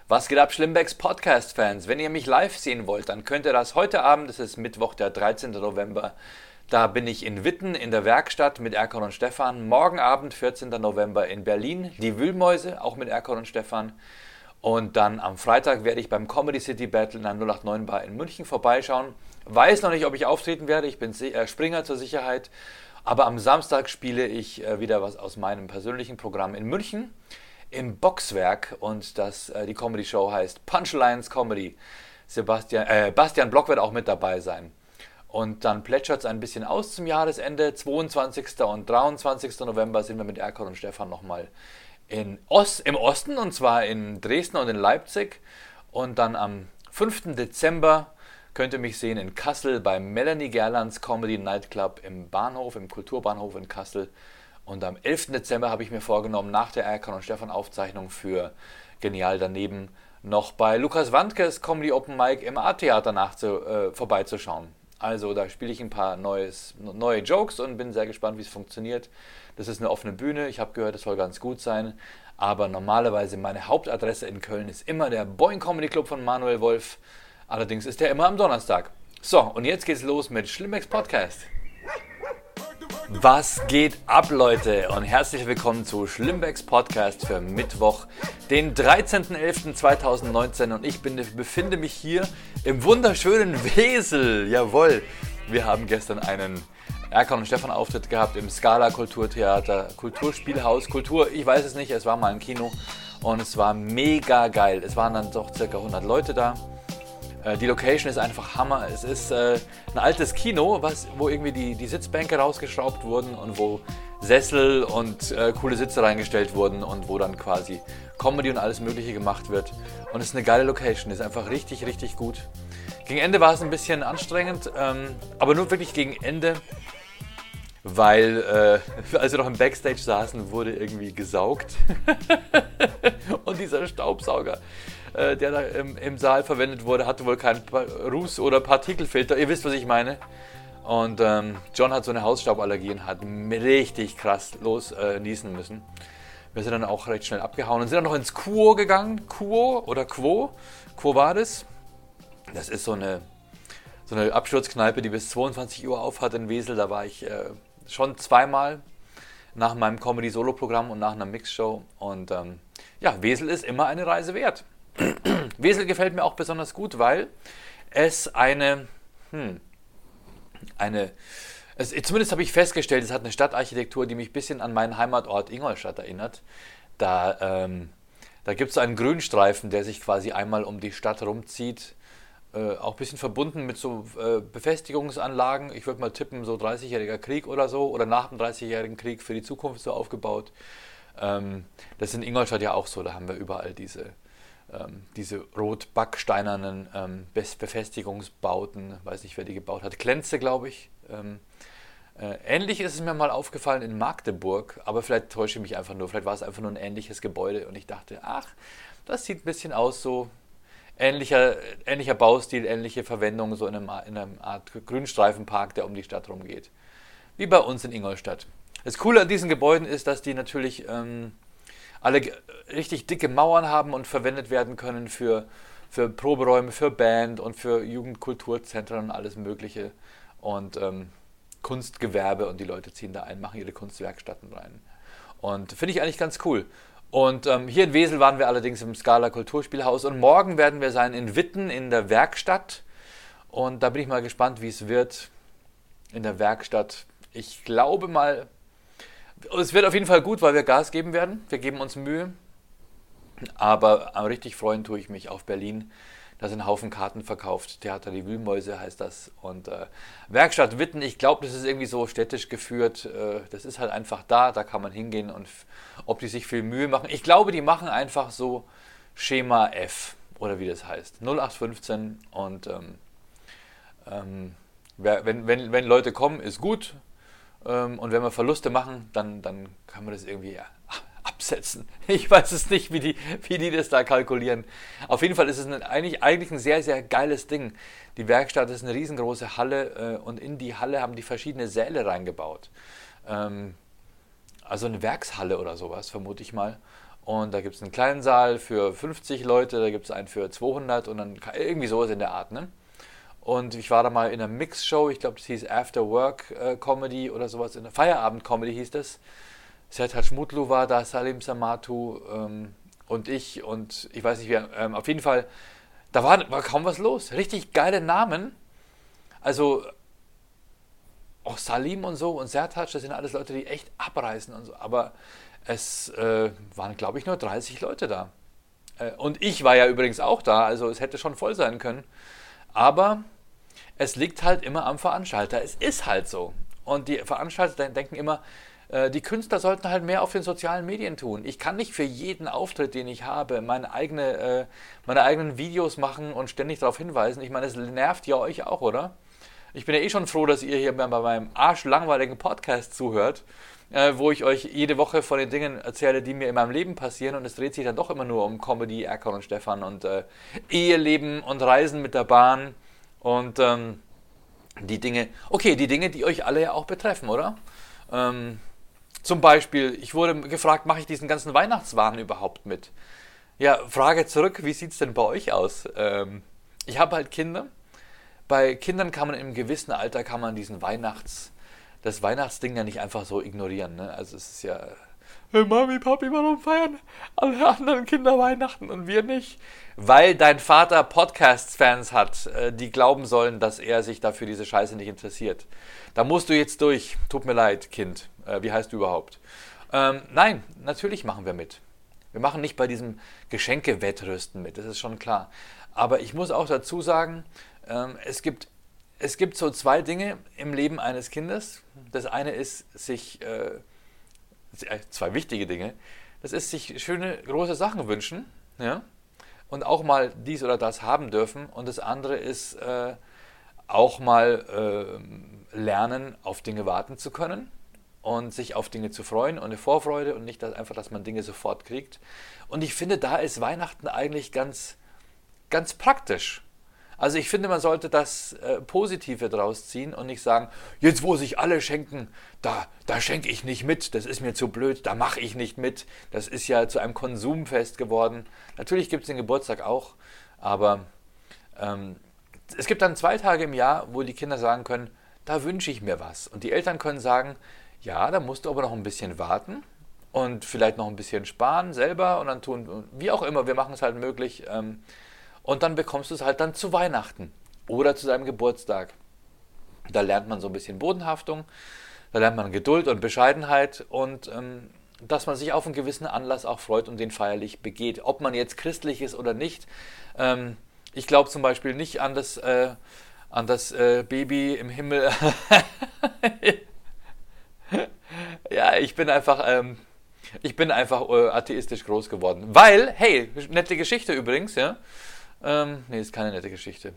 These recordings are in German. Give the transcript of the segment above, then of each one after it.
Was geht ab, Schlimmbecks Podcast-Fans? Wenn ihr mich live sehen wollt, dann könnt ihr das heute Abend, das ist Mittwoch, der 13. November. Da bin ich in Witten in der Werkstatt mit Erkan und Stefan. Morgen Abend, 14. November in Berlin, die Wühlmäuse, auch mit Erkan und Stefan. Und dann am Freitag werde ich beim Comedy City Battle in der 089 Bar in München vorbeischauen. Weiß noch nicht, ob ich auftreten werde, ich bin Springer zur Sicherheit. Aber am Samstag spiele ich wieder was aus meinem persönlichen Programm in München im Boxwerk, und die Comedy-Show heißt Punchlines Comedy. Bastian Block wird auch mit dabei sein. Und dann plätschert es ein bisschen aus zum Jahresende. 22. und 23. November sind wir mit Erkan und Stefan nochmal im Osten, und zwar in Dresden und in Leipzig. Und dann am 5. Dezember könnt ihr mich sehen in Kassel bei Melanie Gerlands Comedy Nightclub im Kulturbahnhof in Kassel. Und am 11. Dezember habe ich mir vorgenommen, nach der Erkan und Stefan Aufzeichnung für Genial daneben noch bei Lukas Wandkes Comedy Open Mic im A-Theater vorbeizuschauen. Also da spiele ich ein paar neue Jokes und bin sehr gespannt, wie es funktioniert. Das ist eine offene Bühne, ich habe gehört, es soll ganz gut sein. Aber normalerweise meine Hauptadresse in Köln ist immer der Boing Comedy Club von Manuel Wolf. Allerdings ist der immer am Donnerstag. So, und jetzt geht's los mit Schlimmbecks Podcast. Was geht ab, Leute, und herzlich willkommen zu Schlimmbecks Podcast für Mittwoch, den 13.11.2019, und ich befinde mich hier im wunderschönen Wesel. Jawohl, wir haben gestern einen Erkan und Stefan Auftritt gehabt im Scala Kulturtheater, Kulturspielhaus, ich weiß es nicht, es war mal ein Kino und es war mega geil. Es waren dann doch ca. 100 Leute da. Die Location ist einfach Hammer. Es ist ein altes Kino, wo irgendwie die Sitzbänke rausgeschraubt wurden und wo Sessel und coole Sitze reingestellt wurden und wo dann quasi Comedy und alles Mögliche gemacht wird. Und es ist eine geile Location, ist einfach richtig, richtig gut. Gegen Ende war es ein bisschen anstrengend, aber nur wirklich gegen Ende, weil als wir noch im Backstage saßen, wurde irgendwie gesaugt. Und dieser Staubsauger, der da im Saal verwendet wurde, hatte wohl keinen Ruß- oder Partikelfilter. Ihr wisst, was ich meine. Und John hat so eine Hausstauballergie und hat richtig krass niesen müssen. Wir sind dann auch recht schnell abgehauen und sind dann noch ins Quo gegangen. Quo oder Quo? Quo war das? Das ist so eine Absturzkneipe, die bis 22 Uhr auf hat in Wesel. Da war ich schon zweimal nach meinem Comedy-Solo-Programm und nach einer Mixshow. Und Wesel ist immer eine Reise wert. Wesel gefällt mir auch besonders gut, weil es zumindest habe ich festgestellt, es hat eine Stadtarchitektur, die mich ein bisschen an meinen Heimatort Ingolstadt erinnert. Da gibt es einen Grünstreifen, der sich quasi einmal um die Stadt rumzieht. Auch ein bisschen verbunden mit so Befestigungsanlagen. Ich würde mal tippen, so 30-jähriger Krieg oder so, oder nach dem 30-jährigen Krieg für die Zukunft so aufgebaut. Das ist in Ingolstadt ja auch so, da haben wir überall diese rot-backsteinernen Befestigungsbauten, weiß nicht, wer die gebaut hat, Klenze, glaube ich. Ähnlich ist es mir mal aufgefallen in Magdeburg, aber vielleicht täusche ich mich einfach nur, vielleicht war es einfach nur ein ähnliches Gebäude und ich dachte, ach, das sieht ein bisschen aus, so ähnlicher Baustil, ähnliche Verwendung, so in einer Art Grünstreifenpark, der um die Stadt rumgeht. Wie bei uns in Ingolstadt. Das Coole an diesen Gebäuden ist, dass die natürlich alle richtig dicke Mauern haben und verwendet werden können für Proberäume, für Band und für Jugendkulturzentren und alles Mögliche. Und Kunstgewerbe, und die Leute ziehen da ein, machen ihre Kunstwerkstätten rein. Und finde ich eigentlich ganz cool. Und hier in Wesel waren wir allerdings im Scala Kulturspielhaus, und morgen werden wir sein in Witten in der Werkstatt. Und da bin ich mal gespannt, wie es wird in der Werkstatt. Ich glaube mal, es wird auf jeden Fall gut, weil wir Gas geben werden. Wir geben uns Mühe. Aber richtig freuen tue ich mich auf Berlin. Da sind ein Haufen Karten verkauft. Theater Die Wühlmäuse heißt das. Und Werkstatt Witten, ich glaube, das ist irgendwie so städtisch geführt. Das ist halt einfach da kann man hingehen. Und ob die sich viel Mühe machen. Ich glaube, die machen einfach so Schema F, oder wie das heißt. 0815. Und wenn Leute kommen, ist gut. Und wenn wir Verluste machen, dann kann man das irgendwie absetzen. Ich weiß es nicht, wie die das da kalkulieren. Auf jeden Fall ist es eigentlich ein sehr, sehr geiles Ding. Die Werkstatt ist eine riesengroße Halle, und in die Halle haben die verschiedene Säle reingebaut. Also eine Werkshalle oder sowas, vermute ich mal. Und da gibt es einen kleinen Saal für 50 Leute, da gibt es einen für 200 und dann irgendwie sowas in der Art, ne? Und ich war da mal in einer Mix-Show, ich glaube, das hieß After Work Comedy oder sowas, in der Feierabend-Comedy hieß das. Sertac Mutlu war da, Salim Samatu und ich weiß nicht wer. Auf jeden Fall, da war kaum was los. Richtig geile Namen. Also auch Salim und so und Sertac, das sind alles Leute, die echt abreißen und so. Aber es waren, glaube ich, nur 30 Leute da. Und ich war ja übrigens auch da, also es hätte schon voll sein können. Aber es liegt halt immer am Veranstalter. Es ist halt so. Und die Veranstalter denken immer, die Künstler sollten halt mehr auf den sozialen Medien tun. Ich kann nicht für jeden Auftritt, den ich habe, meine eigenen Videos machen und ständig darauf hinweisen. Ich meine, das nervt ja euch auch, oder? Ich bin ja eh schon froh, dass ihr hier bei meinem arschlangweiligen Podcast zuhört, wo ich euch jede Woche von den Dingen erzähle, die mir in meinem Leben passieren. Und es dreht sich dann doch immer nur um Comedy, Erkan und Stefan und Eheleben und Reisen mit der Bahn und die Dinge, die euch alle ja auch betreffen, oder? Zum Beispiel, ich wurde gefragt, mache ich diesen ganzen Weihnachtswahn überhaupt mit? Ja, Frage zurück, wie sieht es denn bei euch aus? Ich habe halt Kinder. Bei Kindern kann man im gewissen Alter das Weihnachtsding ja nicht einfach so ignorieren. Ne? Also es ist ja, hey Mami, Papi, warum feiern alle anderen Kinder Weihnachten und wir nicht? Weil dein Vater Podcast-Fans hat, die glauben sollen, dass er sich dafür diese Scheiße nicht interessiert. Da musst du jetzt durch. Tut mir leid, Kind. Wie heißt du überhaupt? Nein, natürlich machen wir mit. Wir machen nicht bei diesem Geschenke-Wettrüsten mit, das ist schon klar. Aber ich muss auch dazu sagen, es gibt so zwei Dinge im Leben eines Kindes. Das eine ist zwei wichtige Dinge. Das ist sich schöne große Sachen wünschen, ja, und auch mal dies oder das haben dürfen. Und das andere ist auch mal lernen, auf Dinge warten zu können und sich auf Dinge zu freuen und eine Vorfreude und nicht einfach, dass man Dinge sofort kriegt. Und ich finde, da ist Weihnachten eigentlich ganz, ganz praktisch. Also ich finde, man sollte das Positive draus ziehen und nicht sagen, jetzt wo sich alle schenken, da schenke ich nicht mit, das ist mir zu blöd, da mache ich nicht mit. Das ist ja zu einem Konsumfest geworden. Natürlich gibt es den Geburtstag auch, aber es gibt dann 2 Tage im Jahr, wo die Kinder sagen können, da wünsche ich mir was. Und die Eltern können sagen, ja, da musst du aber noch ein bisschen warten und vielleicht noch ein bisschen sparen selber und dann tun, wie auch immer, wir machen es halt möglich. Und dann bekommst du es halt dann zu Weihnachten oder zu deinem Geburtstag. Da lernt man so ein bisschen Bodenhaftung, da lernt man Geduld und Bescheidenheit und dass man sich auf einen gewissen Anlass auch freut und den feierlich begeht. Ob man jetzt christlich ist oder nicht. Ich glaube zum Beispiel nicht an das Baby im Himmel. Ja, ich bin einfach atheistisch groß geworden. Weil, hey, nette Geschichte übrigens, ja. Nee, ist keine nette Geschichte.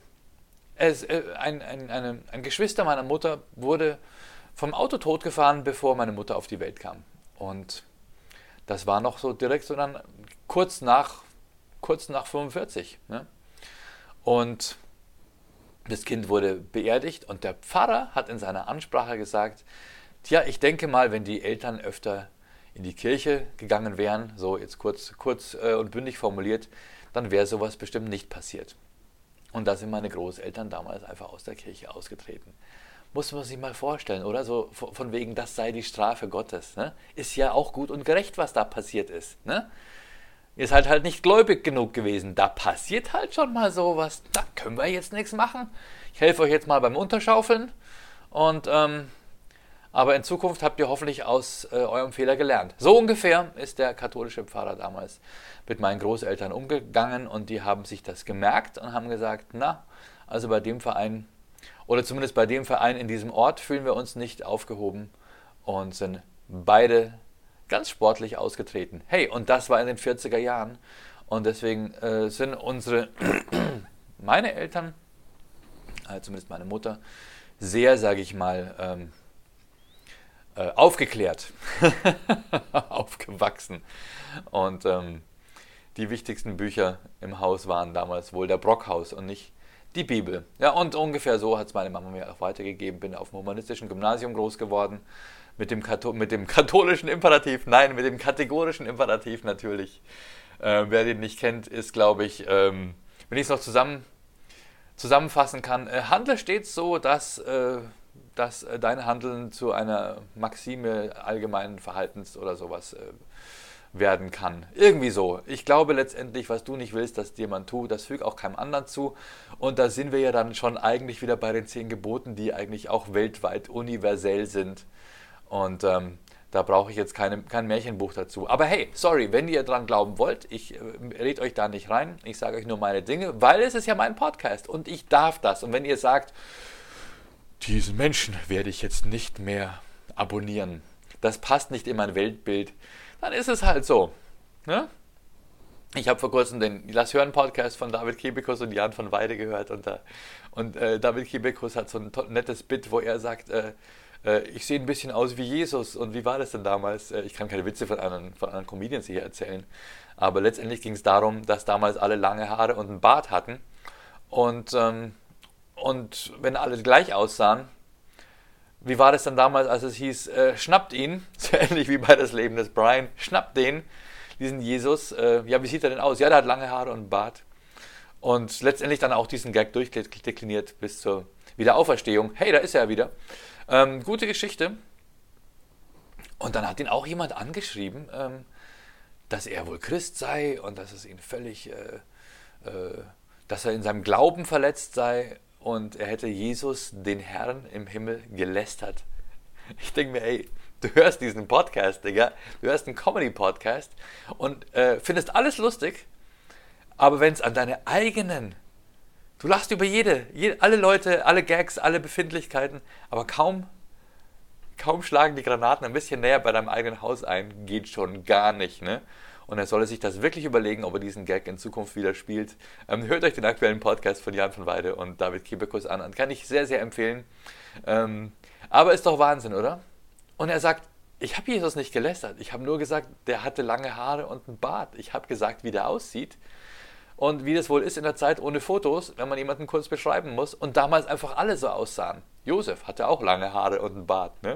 Ein Geschwister meiner Mutter wurde vom Auto totgefahren, bevor meine Mutter auf die Welt kam. Und das war noch so direkt so dann kurz nach 45. Ne? Und das Kind wurde beerdigt und der Pfarrer hat in seiner Ansprache gesagt, tja, ich denke mal, wenn die Eltern öfter in die Kirche gegangen wären, so jetzt kurz und bündig formuliert, dann wäre sowas bestimmt nicht passiert. Und da sind meine Großeltern damals einfach aus der Kirche ausgetreten. Muss man sich mal vorstellen, oder? So von wegen, das sei die Strafe Gottes. Ne? Ist ja auch gut und gerecht, was da passiert ist. Ne? Ihr seid halt nicht gläubig genug gewesen. Da passiert halt schon mal sowas. Da können wir jetzt nichts machen. Ich helfe euch jetzt mal beim Unterschaufeln. Und aber in Zukunft habt ihr hoffentlich aus eurem Fehler gelernt. So ungefähr ist der katholische Pfarrer damals mit meinen Großeltern umgegangen und die haben sich das gemerkt und haben gesagt, na, also bei dem Verein oder zumindest bei dem Verein in diesem Ort fühlen wir uns nicht aufgehoben und sind beide ganz sportlich ausgetreten. Hey, und das war in den 40er Jahren und deswegen sind meine Eltern, zumindest meine Mutter, sehr, sage ich mal, aufgeklärt, aufgewachsen. Und die wichtigsten Bücher im Haus waren damals wohl der Brockhaus und nicht die Bibel. Ja, und ungefähr so hat es meine Mama mir auch weitergegeben. Bin auf dem humanistischen Gymnasium groß geworden mit dem katholischen Imperativ, nein, mit dem kategorischen Imperativ natürlich. Wer den nicht kennt, ist, glaube ich, wenn ich es noch zusammenfassen kann, handle stets so, dass dein Handeln zu einer Maxime allgemeinen Verhaltens oder sowas werden kann. Irgendwie so. Ich glaube letztendlich, was du nicht willst, dass dir jemand tut, das fügt auch keinem anderen zu. Und da sind wir ja dann schon eigentlich wieder bei den 10 Geboten, die eigentlich auch weltweit universell sind. Und da brauche ich jetzt kein Märchenbuch dazu. Aber hey, sorry, wenn ihr dran glauben wollt, ich rede euch da nicht rein. Ich sage euch nur meine Dinge, weil es ist ja mein Podcast und ich darf das. Und wenn ihr sagt, diesen Menschen werde ich jetzt nicht mehr abonnieren, das passt nicht in mein Weltbild, dann ist es halt so. Ne? Ich habe vor kurzem den Lass hören Podcast von David Kebekus und Jan von Weide gehört und David Kebekus hat so ein nettes Bit, wo er sagt, ich sehe ein bisschen aus wie Jesus. Und wie war das denn damals? Ich kann keine Witze von anderen Comedians hier erzählen, aber letztendlich ging es darum, dass damals alle lange Haare und einen Bart hatten und wenn alle gleich aussahen, wie war das dann damals, als es hieß, schnappt ihn, so ähnlich wie bei das Leben des Brian, schnappt diesen Jesus, ja, wie sieht er denn aus? Ja, der hat lange Haare und einen Bart. Und letztendlich dann auch diesen Gag durchdekliniert bis zur Wiederauferstehung. Hey, da ist er wieder. Gute Geschichte. Und dann hat ihn auch jemand angeschrieben, dass er wohl Christ sei und dass es ihn völlig, dass er in seinem Glauben verletzt sei und er hätte Jesus, den Herrn im Himmel, gelästert. Ich denke mir, ey, du hörst diesen Podcast, Digga, du hörst einen Comedy-Podcast und findest alles lustig, aber wenn es an deine eigenen, du lachst über alle Leute, alle Gags, alle Befindlichkeiten, aber kaum schlagen die Granaten ein bisschen näher bei deinem eigenen Haus ein, geht schon gar nicht, ne? Und er solle sich das wirklich überlegen, ob er diesen Gag in Zukunft wieder spielt. Hört euch den aktuellen Podcast von Jan von Weide und David Kebekus an. Kann ich sehr, sehr empfehlen. Aber ist doch Wahnsinn, oder? Und er sagt, ich habe Jesus nicht gelästert. Ich habe nur gesagt, der hatte lange Haare und einen Bart. Ich habe gesagt, wie der aussieht. Und wie das wohl ist in der Zeit ohne Fotos, wenn man jemanden kurz beschreiben muss. Und damals einfach alle so aussahen. Josef hatte auch lange Haare und einen Bart. Ne?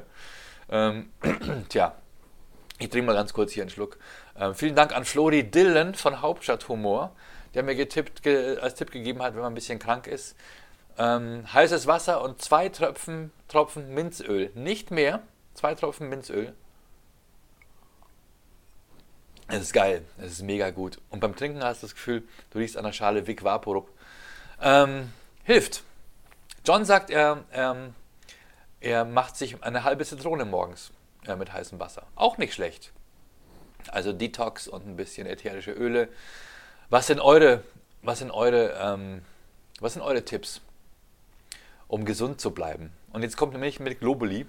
Tja. Ich trinke mal ganz kurz hier einen Schluck. Vielen Dank an Flori Dillen von Hauptstadthumor, der mir als Tipp gegeben hat, wenn man ein bisschen krank ist. Heißes Wasser und 2 Tropfen Minzöl. Nicht mehr. 2 Tropfen Minzöl. Es ist geil. Es ist mega gut. Und beim Trinken hast du das Gefühl, du riechst an der Schale Vic Vaporub. Hilft. John sagt, er macht sich eine halbe Zitrone morgens mit heißem Wasser. Auch nicht schlecht. Also Detox und ein bisschen ätherische Öle. Was sind eure Tipps, um gesund zu bleiben? Und jetzt kommt nämlich mit Globuli.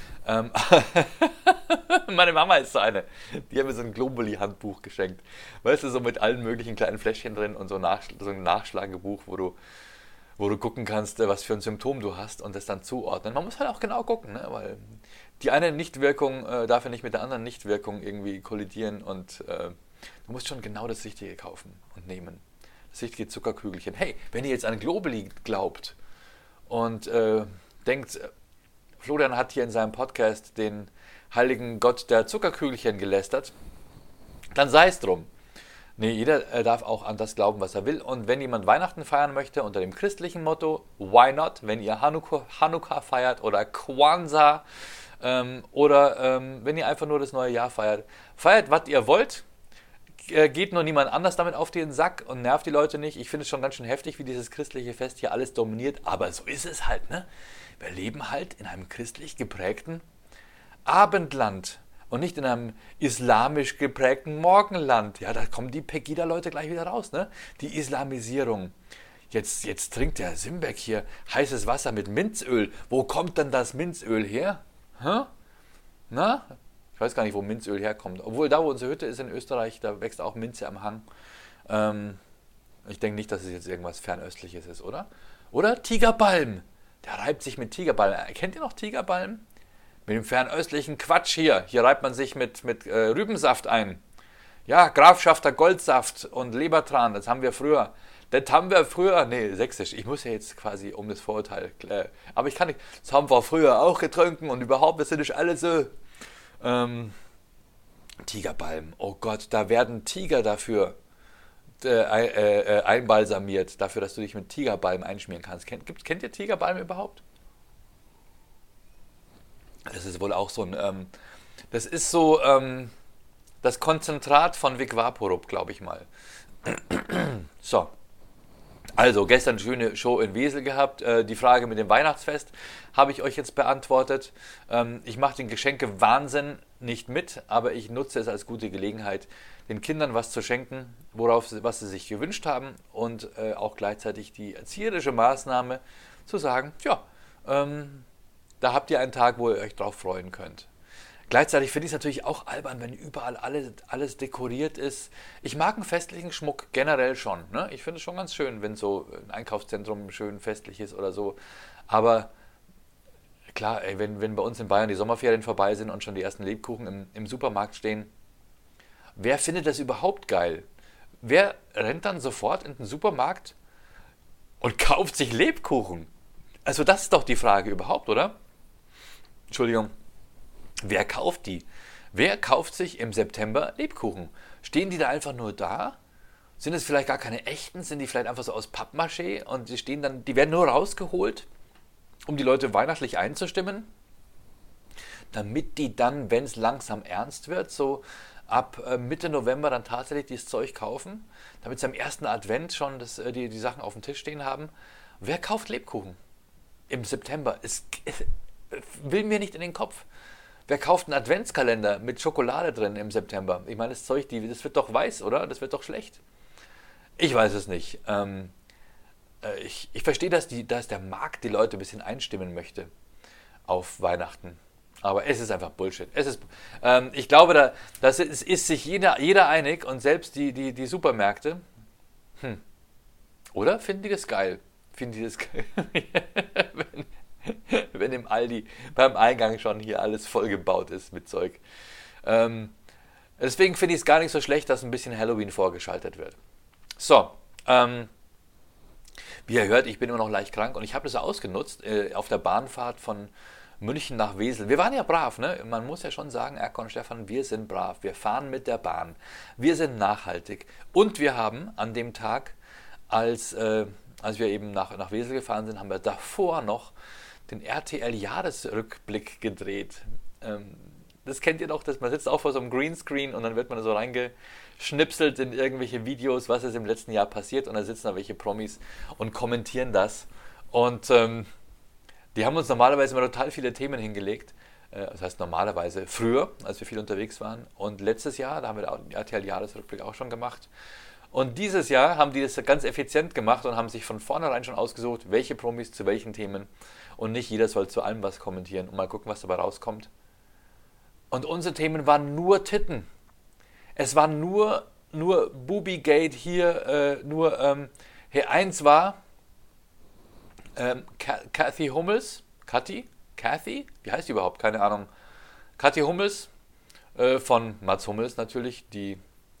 Meine Mama ist so eine. Die hat mir so ein Globuli-Handbuch geschenkt. Weißt du, so mit allen möglichen kleinen Fläschchen drin und so ein Nachschlagebuch, wo du gucken kannst, was für ein Symptom du hast und das dann zuordnen. Man muss halt auch genau gucken, ne? Weil die eine Nichtwirkung darf ja nicht mit der anderen Nichtwirkung irgendwie kollidieren und du musst schon genau das Richtige kaufen und nehmen. Das richtige Zuckerkügelchen. Hey, wenn ihr jetzt an Globuli glaubt und denkt, Florian hat hier in seinem Podcast den heiligen Gott der Zuckerkügelchen gelästert, dann sei es drum. Nee, jeder darf auch an das glauben, was er will. Und wenn jemand Weihnachten feiern möchte unter dem christlichen Motto, why not? Wenn ihr Hanukkah feiert oder Kwanzaa oder wenn ihr einfach nur das neue Jahr feiert, was ihr wollt. Geht nur niemand anders damit auf den Sack und nervt die Leute nicht. Ich finde es schon ganz schön heftig, wie dieses christliche Fest hier alles dominiert. Aber so ist es halt, ne? Wir leben halt in einem christlich geprägten Abendland. Und nicht in einem islamisch geprägten Morgenland. Ja, da kommen die Pegida-Leute gleich wieder raus, ne? Die Islamisierung. Jetzt trinkt der Simbeck hier heißes Wasser mit Minzöl. Wo kommt denn das Minzöl her? Hä? Na? Ich weiß gar nicht, wo Minzöl herkommt. Obwohl da, wo unsere Hütte ist in Österreich, da wächst auch Minze am Hang. Ich denke nicht, dass es jetzt irgendwas Fernöstliches ist, oder? Oder Tigerbalm. Der reibt sich mit Tigerbalm. Kennt ihr noch Tigerbalm? Mit dem fernöstlichen Quatsch hier. Hier reibt man sich mit Rübensaft ein. Ja, Grafschafter Goldsaft und Lebertran, Das haben wir früher, nee, sächsisch, ich muss ja jetzt quasi um das Vorurteil, aber ich kann nicht, das haben wir früher auch getrunken und überhaupt, das sind nicht alle so. Ähm, Tigerbalm, oh Gott, da werden Tiger dafür einbalsamiert, dafür, dass du dich mit Tigerbalm einschmieren kannst. Kennt ihr Tigerbalm überhaupt? Das ist wohl auch so das ist so das Konzentrat von Vic Vaporub, glaube ich mal. So, also gestern schöne Show in Wesel gehabt. Die Frage mit dem Weihnachtsfest habe ich euch jetzt beantwortet. Ich mache den Geschenke-Wahnsinn nicht mit, aber ich nutze es als gute Gelegenheit, den Kindern was zu schenken, was sie sich gewünscht haben und auch gleichzeitig die erzieherische Maßnahme zu sagen, ja, da habt ihr einen Tag, wo ihr euch drauf freuen könnt. Gleichzeitig finde ich es natürlich auch albern, wenn überall alles dekoriert ist. Ich mag einen festlichen Schmuck generell schon. Ne? Ich finde es schon ganz schön, wenn so ein Einkaufszentrum schön festlich ist oder so. Aber klar, ey, wenn bei uns in Bayern die Sommerferien vorbei sind und schon die ersten Lebkuchen im Supermarkt stehen, wer findet das überhaupt geil? Wer rennt dann sofort in den Supermarkt und kauft sich Lebkuchen? Also das ist doch die Frage überhaupt, oder? Entschuldigung. Wer kauft die? Wer kauft sich im September Lebkuchen? Stehen die da einfach nur da? Sind es vielleicht gar keine echten? Sind die vielleicht einfach so aus Pappmaché und die werden nur rausgeholt, um die Leute weihnachtlich einzustimmen? Damit die dann, wenn es langsam ernst wird, so ab Mitte November dann tatsächlich dieses Zeug kaufen, damit sie am ersten Advent schon die Sachen auf dem Tisch stehen haben. Wer kauft Lebkuchen im September? Es will mir nicht in den Kopf. Wer kauft einen Adventskalender mit Schokolade drin im September? Ich meine, das Zeug, das wird doch weiß, oder? Das wird doch schlecht. Ich weiß es nicht. Ich verstehe, dass der Markt die Leute ein bisschen einstimmen möchte auf Weihnachten. Aber es ist einfach Bullshit. Ich glaube, ist sich jeder einig und selbst die Supermärkte. Oder? Finden die das geil? Finden die das geil? Wenn im Aldi beim Eingang schon hier alles vollgebaut ist mit Zeug. Deswegen finde ich es gar nicht so schlecht, dass ein bisschen Halloween vorgeschaltet wird. So, wie ihr hört, ich bin immer noch leicht krank und ich habe das ausgenutzt auf der Bahnfahrt von München nach Wesel. Wir waren ja brav, ne? Man muss ja schon sagen, Erko und Stefan, wir sind brav. Wir fahren mit der Bahn. Wir sind nachhaltig. Und wir haben an dem Tag, als wir eben nach Wesel gefahren sind, haben wir davor noch den RTL-Jahresrückblick gedreht. Das kennt ihr doch, dass man sitzt auch vor so einem Greenscreen und dann wird man so reingeschnipselt in irgendwelche Videos, was ist im letzten Jahr passiert und da sitzen da welche Promis und kommentieren das. Und die haben uns normalerweise immer total viele Themen hingelegt. Das heißt normalerweise früher, als wir viel unterwegs waren. Und letztes Jahr, da haben wir den RTL-Jahresrückblick auch schon gemacht. Und dieses Jahr haben die das ganz effizient gemacht und haben sich von vornherein schon ausgesucht, welche Promis zu welchen Themen. Und nicht jeder soll zu allem was kommentieren und mal gucken, was dabei rauskommt. Und unsere Themen waren nur Titten. Es war nur Boobygate hier, hier eins war Kathy Hummels. Kathy? Wie heißt die überhaupt? Keine Ahnung. Kathy Hummels von Mats Hummels natürlich, die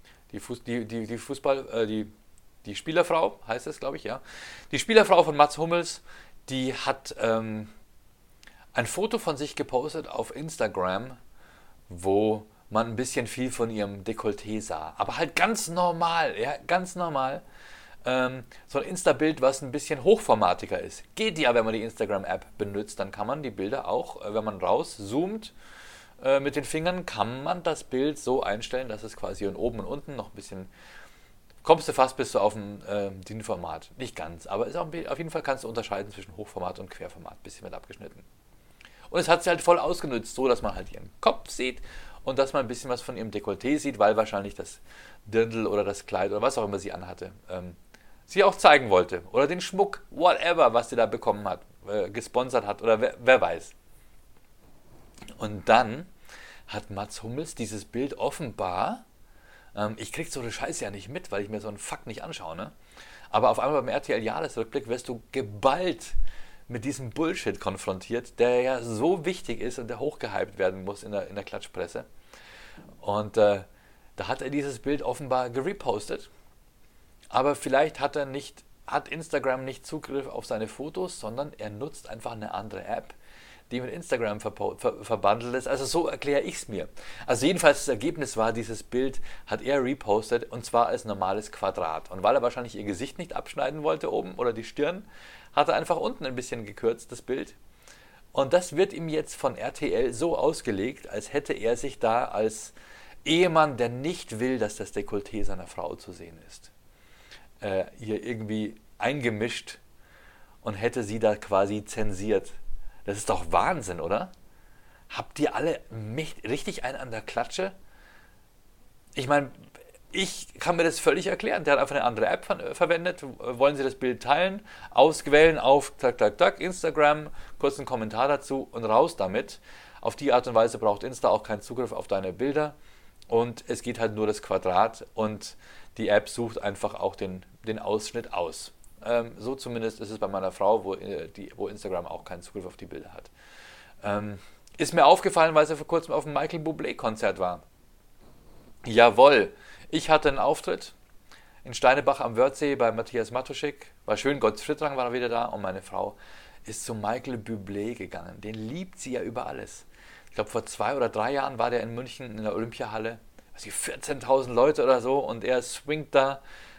Spielerfrau, heißt es, glaube ich, ja. Die Spielerfrau von Mats Hummels, die hat ein Foto von sich gepostet auf Instagram, wo man ein bisschen viel von ihrem Dekolleté sah. Aber halt ganz normal, ja, ganz normal. So ein Insta-Bild, was ein bisschen hochformatiger ist. Geht ja, wenn man die Instagram-App benutzt, dann kann man die Bilder auch, wenn man rauszoomt mit den Fingern, kann man das Bild so einstellen, dass es quasi von oben und unten noch ein bisschen, kommst du fast bis zu auf dem DIN-Format. Nicht ganz, aber ist auch auf jeden Fall kannst du unterscheiden zwischen Hochformat und Querformat, ein bisschen mit abgeschnitten. Und es hat sie halt voll ausgenutzt, so dass man halt ihren Kopf sieht und dass man ein bisschen was von ihrem Dekolleté sieht, weil wahrscheinlich das Dirndl oder das Kleid oder was auch immer sie anhatte, sie auch zeigen wollte. Oder den Schmuck, whatever, was sie da bekommen hat, gesponsert hat oder wer weiß. Und dann hat Mats Hummels dieses Bild offenbar, ich krieg so eine Scheiße ja nicht mit, weil ich mir so einen Fuck nicht anschaue, ne? Aber auf einmal beim RTL-Jahresrückblick wirst du geballt mit diesem Bullshit konfrontiert, der ja so wichtig ist und der hochgehypt werden muss in der Klatschpresse. Und Da hat er dieses Bild offenbar gerepostet, aber vielleicht hat Instagram nicht Zugriff auf seine Fotos, sondern er nutzt einfach eine andere App, die mit Instagram verbandelt ist. Also so erkläre ich es mir. Also jedenfalls das Ergebnis war, dieses Bild hat er repostet und zwar als normales Quadrat. Und weil er wahrscheinlich ihr Gesicht nicht abschneiden wollte oben oder die Stirn, hat er einfach unten ein bisschen gekürzt, das Bild. Und das wird ihm jetzt von RTL so ausgelegt, als hätte er sich da als Ehemann, der nicht will, dass das Dekolleté seiner Frau zu sehen ist, hier irgendwie eingemischt und hätte sie da quasi zensiert. Das ist doch Wahnsinn, oder? Habt ihr alle richtig einen an der Klatsche? Ich meine, ich kann mir das völlig erklären. Der hat einfach eine andere App verwendet. Wollen Sie das Bild teilen? Auswählen auf Instagram, kurzen Kommentar dazu und raus damit. Auf die Art und Weise braucht Insta auch keinen Zugriff auf deine Bilder. Und es geht halt nur das Quadrat und die App sucht einfach auch den Ausschnitt aus. So zumindest ist es bei meiner Frau, wo Instagram auch keinen Zugriff auf die Bilder hat. Ist mir aufgefallen, weil sie vor kurzem auf dem Michael Bublé-Konzert war. Jawohl, ich hatte einen Auftritt in Steinebach am Wörthsee bei Matthias Matuschik. War schön, Gott Frittrang war wieder da und meine Frau ist zu Michael Bublé gegangen. Den liebt sie ja über alles. Ich glaube, vor 2 oder 3 Jahren war der in München in der Olympiahalle. 14.000 Leute oder so und er swingt da.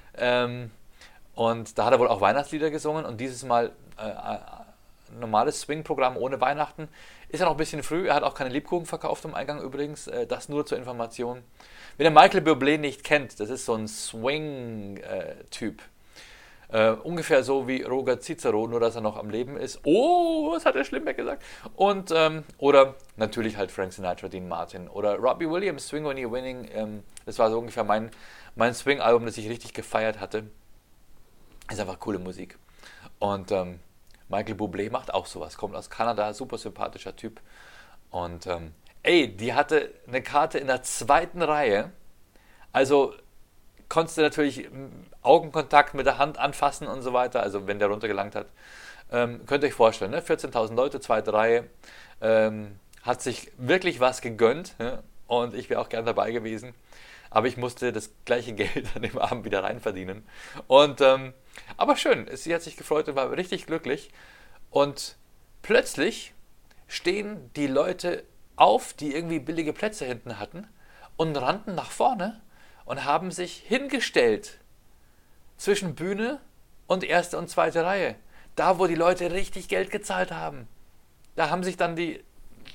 Und da hat er wohl auch Weihnachtslieder gesungen und dieses Mal ein normales Swing-Programm ohne Weihnachten. Ist ja noch ein bisschen früh, er hat auch keine Lebkuchen verkauft am Eingang übrigens, das nur zur Information. Wer den Michael Bublé nicht kennt, das ist so ein Swing-Typ. Ungefähr so wie Roger Cicero, nur dass er noch am Leben ist. Oh, was hat der Schlimmer gesagt? Und, oder natürlich halt Frank Sinatra, Dean Martin oder Robbie Williams, Swing When You're Winning. Das war so ungefähr mein Swing-Album, das ich richtig gefeiert hatte. Ist einfach coole Musik. Und Michael Bublé macht auch sowas, kommt aus Kanada, super sympathischer Typ. Und die hatte eine Karte in der 2. Reihe. Also konntest du natürlich Augenkontakt mit der Hand anfassen und so weiter, also wenn der runtergelangt hat. Könnt ihr euch vorstellen, ne? 14.000 Leute, 2. Reihe, hat sich wirklich was gegönnt, ne? Und ich wäre auch gern dabei gewesen. Aber ich musste das gleiche Geld an dem Abend wieder reinverdienen. Und, aber schön, sie hat sich gefreut und war richtig glücklich. Und plötzlich stehen die Leute auf, die irgendwie billige Plätze hinten hatten und rannten nach vorne und haben sich hingestellt zwischen Bühne und 1. und 2. Reihe. Da, wo die Leute richtig Geld gezahlt haben. Da haben sich dann die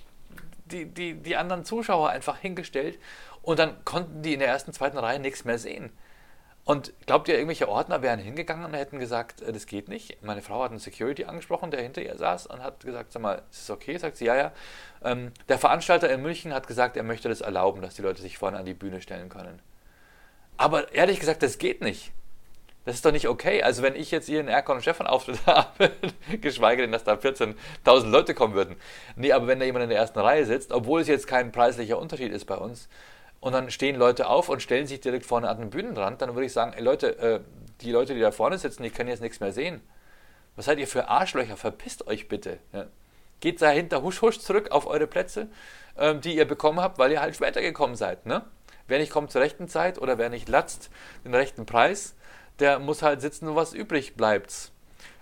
anderen Zuschauer einfach hingestellt und dann konnten die in der 1., 2. Reihe nichts mehr sehen. Und glaubt ihr, irgendwelche Ordner wären hingegangen und hätten gesagt, das geht nicht? Meine Frau hat einen Security angesprochen, der hinter ihr saß und hat gesagt, sag mal, ist das okay? Sagt sie, ja. Der Veranstalter in München hat gesagt, er möchte das erlauben, dass die Leute sich vorne an die Bühne stellen können. Aber ehrlich gesagt, das geht nicht. Das ist doch nicht okay. Also wenn ich jetzt hier einen Erkan und Stefan Auftritt habe, geschweige denn, dass da 14.000 Leute kommen würden. Nee, aber wenn da jemand in der 1. Reihe sitzt, obwohl es jetzt kein preislicher Unterschied ist bei uns, und dann stehen Leute auf und stellen sich direkt vorne an den Bühnenrand, dann würde ich sagen, ey Leute, die Leute, die da vorne sitzen, die können jetzt nichts mehr sehen. Was seid ihr für Arschlöcher? Verpisst euch bitte. Ja. Geht dahinter husch husch zurück auf eure Plätze, die ihr bekommen habt, weil ihr halt später gekommen seid. Ne? Wer nicht kommt zur rechten Zeit oder wer nicht latzt den rechten Preis, der muss halt sitzen, wo was übrig bleibt.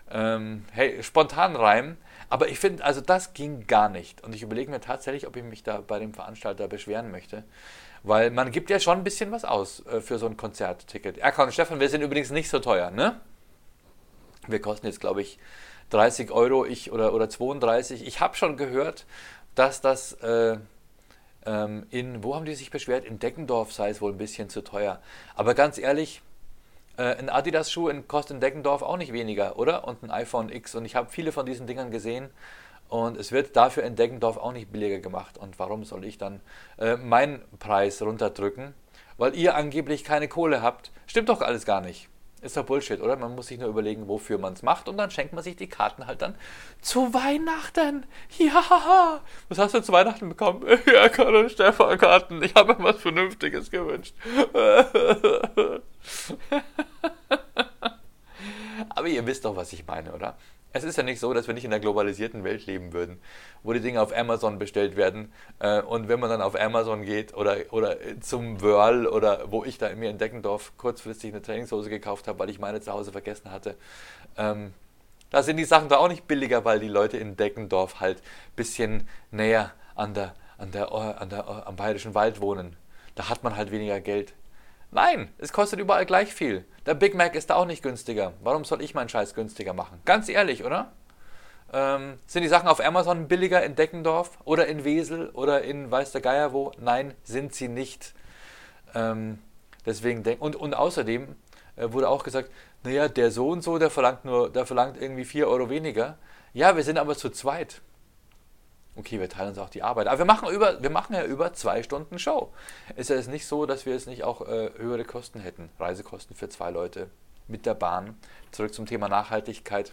Spontan reimen. Aber ich finde, also das ging gar nicht. Und ich überlege mir tatsächlich, ob ich mich da bei dem Veranstalter beschweren möchte. Weil man gibt ja schon ein bisschen was aus für so ein Konzertticket. Erkan und Stefan, wir sind übrigens nicht so teuer, ne? Wir kosten jetzt, glaube ich, 30 Euro oder 32. Ich habe schon gehört, dass das wo haben die sich beschwert? In Deggendorf sei es wohl ein bisschen zu teuer. Aber ganz ehrlich, ein Adidas-Schuh kostet in Deggendorf auch nicht weniger, oder? Und ein iPhone X. Und ich habe viele von diesen Dingern gesehen. Und es wird dafür in Deggendorf auch nicht billiger gemacht. Und warum soll ich dann meinen Preis runterdrücken? Weil ihr angeblich keine Kohle habt. Stimmt doch alles gar nicht. Ist doch Bullshit, oder? Man muss sich nur überlegen, wofür man es macht. Und dann schenkt man sich die Karten halt dann zu Weihnachten. Ja! Was hast du zu Weihnachten bekommen? Ja, Karl und Stefan Karten. Ich habe mir was Vernünftiges gewünscht. Aber ihr wisst doch, was ich meine, oder? Es ist ja nicht so, dass wir nicht in einer globalisierten Welt leben würden, wo die Dinge auf Amazon bestellt werden und wenn man dann auf Amazon geht oder zum Wörl oder wo ich da mir in Deckendorf kurzfristig eine Trainingshose gekauft habe, weil ich meine zu Hause vergessen hatte, ähm, da sind die Sachen da auch nicht billiger, weil die Leute in Deckendorf halt ein bisschen näher am Bayerischen Wald wohnen. Da hat man halt weniger Geld. Nein, es kostet überall gleich viel. Der Big Mac ist da auch nicht günstiger. Warum soll ich meinen Scheiß günstiger machen? Ganz ehrlich, oder? Sind die Sachen auf Amazon billiger in Deckendorf oder in Wesel oder in weiß der Geier wo? Nein, sind sie nicht. Ähm, und außerdem wurde auch gesagt, naja, der so und so, der verlangt irgendwie 4 Euro weniger. Ja, wir sind aber zu zweit. Okay, wir teilen uns auch die Arbeit. Aber wir machen ja über 2 Stunden Show. Ist ja jetzt nicht so, dass wir jetzt nicht auch höhere Kosten hätten. Reisekosten für 2 Leute mit der Bahn. Zurück zum Thema Nachhaltigkeit.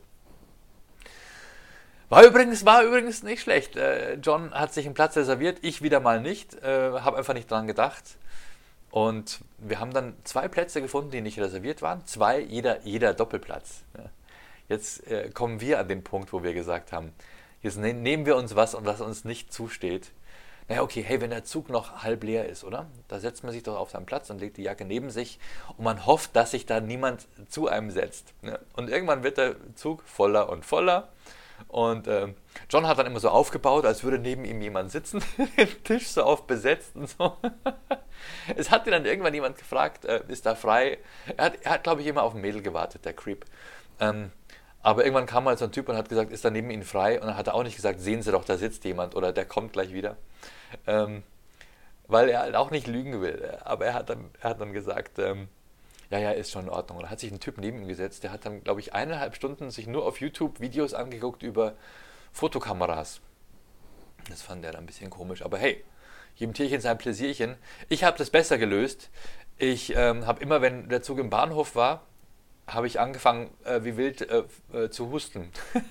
War übrigens nicht schlecht. John hat sich einen Platz reserviert, ich wieder mal nicht. Habe einfach nicht dran gedacht. Und wir haben dann 2 Plätze gefunden, die nicht reserviert waren. Jeder Doppelplatz. Ja. Jetzt kommen wir an den Punkt, wo wir gesagt haben, jetzt nehmen wir uns was uns nicht zusteht. Naja, okay, hey, wenn der Zug noch halb leer ist, oder? Da setzt man sich doch auf seinen Platz und legt die Jacke neben sich und man hofft, dass sich da niemand zu einem setzt. Ne? Und irgendwann wird der Zug voller und voller. Und John hat dann immer so aufgebaut, als würde neben ihm jemand sitzen, den Tisch so oft besetzt und so. Es hat ihn dann irgendwann jemand gefragt, ist da frei? Er hat glaube ich, immer auf ein Mädel gewartet, der Creep. Aber irgendwann kam mal so ein Typ und hat gesagt, ist da neben Ihnen frei? Und dann hat er auch nicht gesagt, sehen Sie doch, da sitzt jemand oder der kommt gleich wieder. Ähm, Weil er halt auch nicht lügen will. Aber er hat dann gesagt, ja, ist schon in Ordnung. Und dann hat sich ein Typ neben ihm gesetzt, der hat dann, glaube ich, 1,5 Stunden sich nur auf YouTube Videos angeguckt über Fotokameras. Das fand er dann ein bisschen komisch. Aber hey, jedem Tierchen sein Pläsierchen. Ich habe das besser gelöst. Ich habe immer, wenn der Zug im Bahnhof war, habe ich angefangen, wie wild zu husten.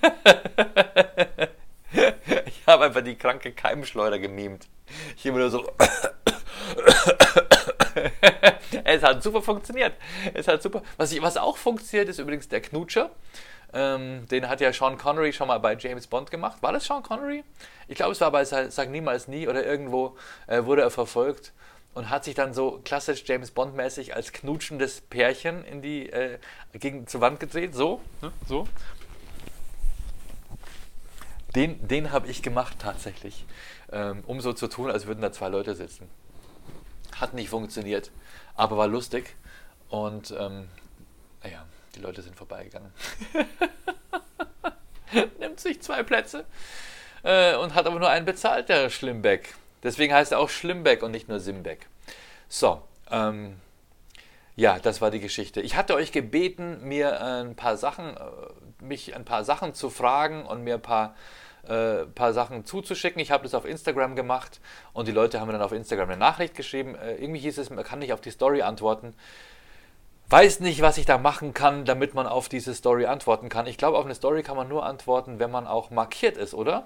Ich habe einfach die kranke Keimschleuder gemimt. Ich immer nur so. Es hat super funktioniert. Es hat super. Was auch funktioniert, ist übrigens der Knutscher. Den hat ja Sean Connery schon mal bei James Bond gemacht. War das Sean Connery? Ich glaube, es war bei Sag Niemals Nie oder irgendwo wurde er verfolgt und hat sich dann so klassisch James Bond-mäßig als knutschendes Pärchen zur Wand gedreht. So, ne? So. Den habe ich gemacht tatsächlich. Um so zu tun, als würden da 2 Leute sitzen. Hat nicht funktioniert, aber war lustig. Und naja, die Leute sind vorbeigegangen. Nimmt sich 2 Plätze und hat aber nur einen bezahlt, der Schlimbeck. Deswegen heißt er auch Schlimbeck und nicht nur Simbeck. So, ja, das war die Geschichte. Ich hatte euch gebeten, mich ein paar Sachen zu fragen und mir ein paar Sachen zuzuschicken. Ich habe das auf Instagram gemacht und die Leute haben mir dann auf Instagram eine Nachricht geschrieben. Irgendwie hieß es, man kann nicht auf die Story antworten. Weiß nicht, was ich da machen kann, damit man auf diese Story antworten kann. Ich glaube, auf eine Story kann man nur antworten, wenn man auch markiert ist, oder?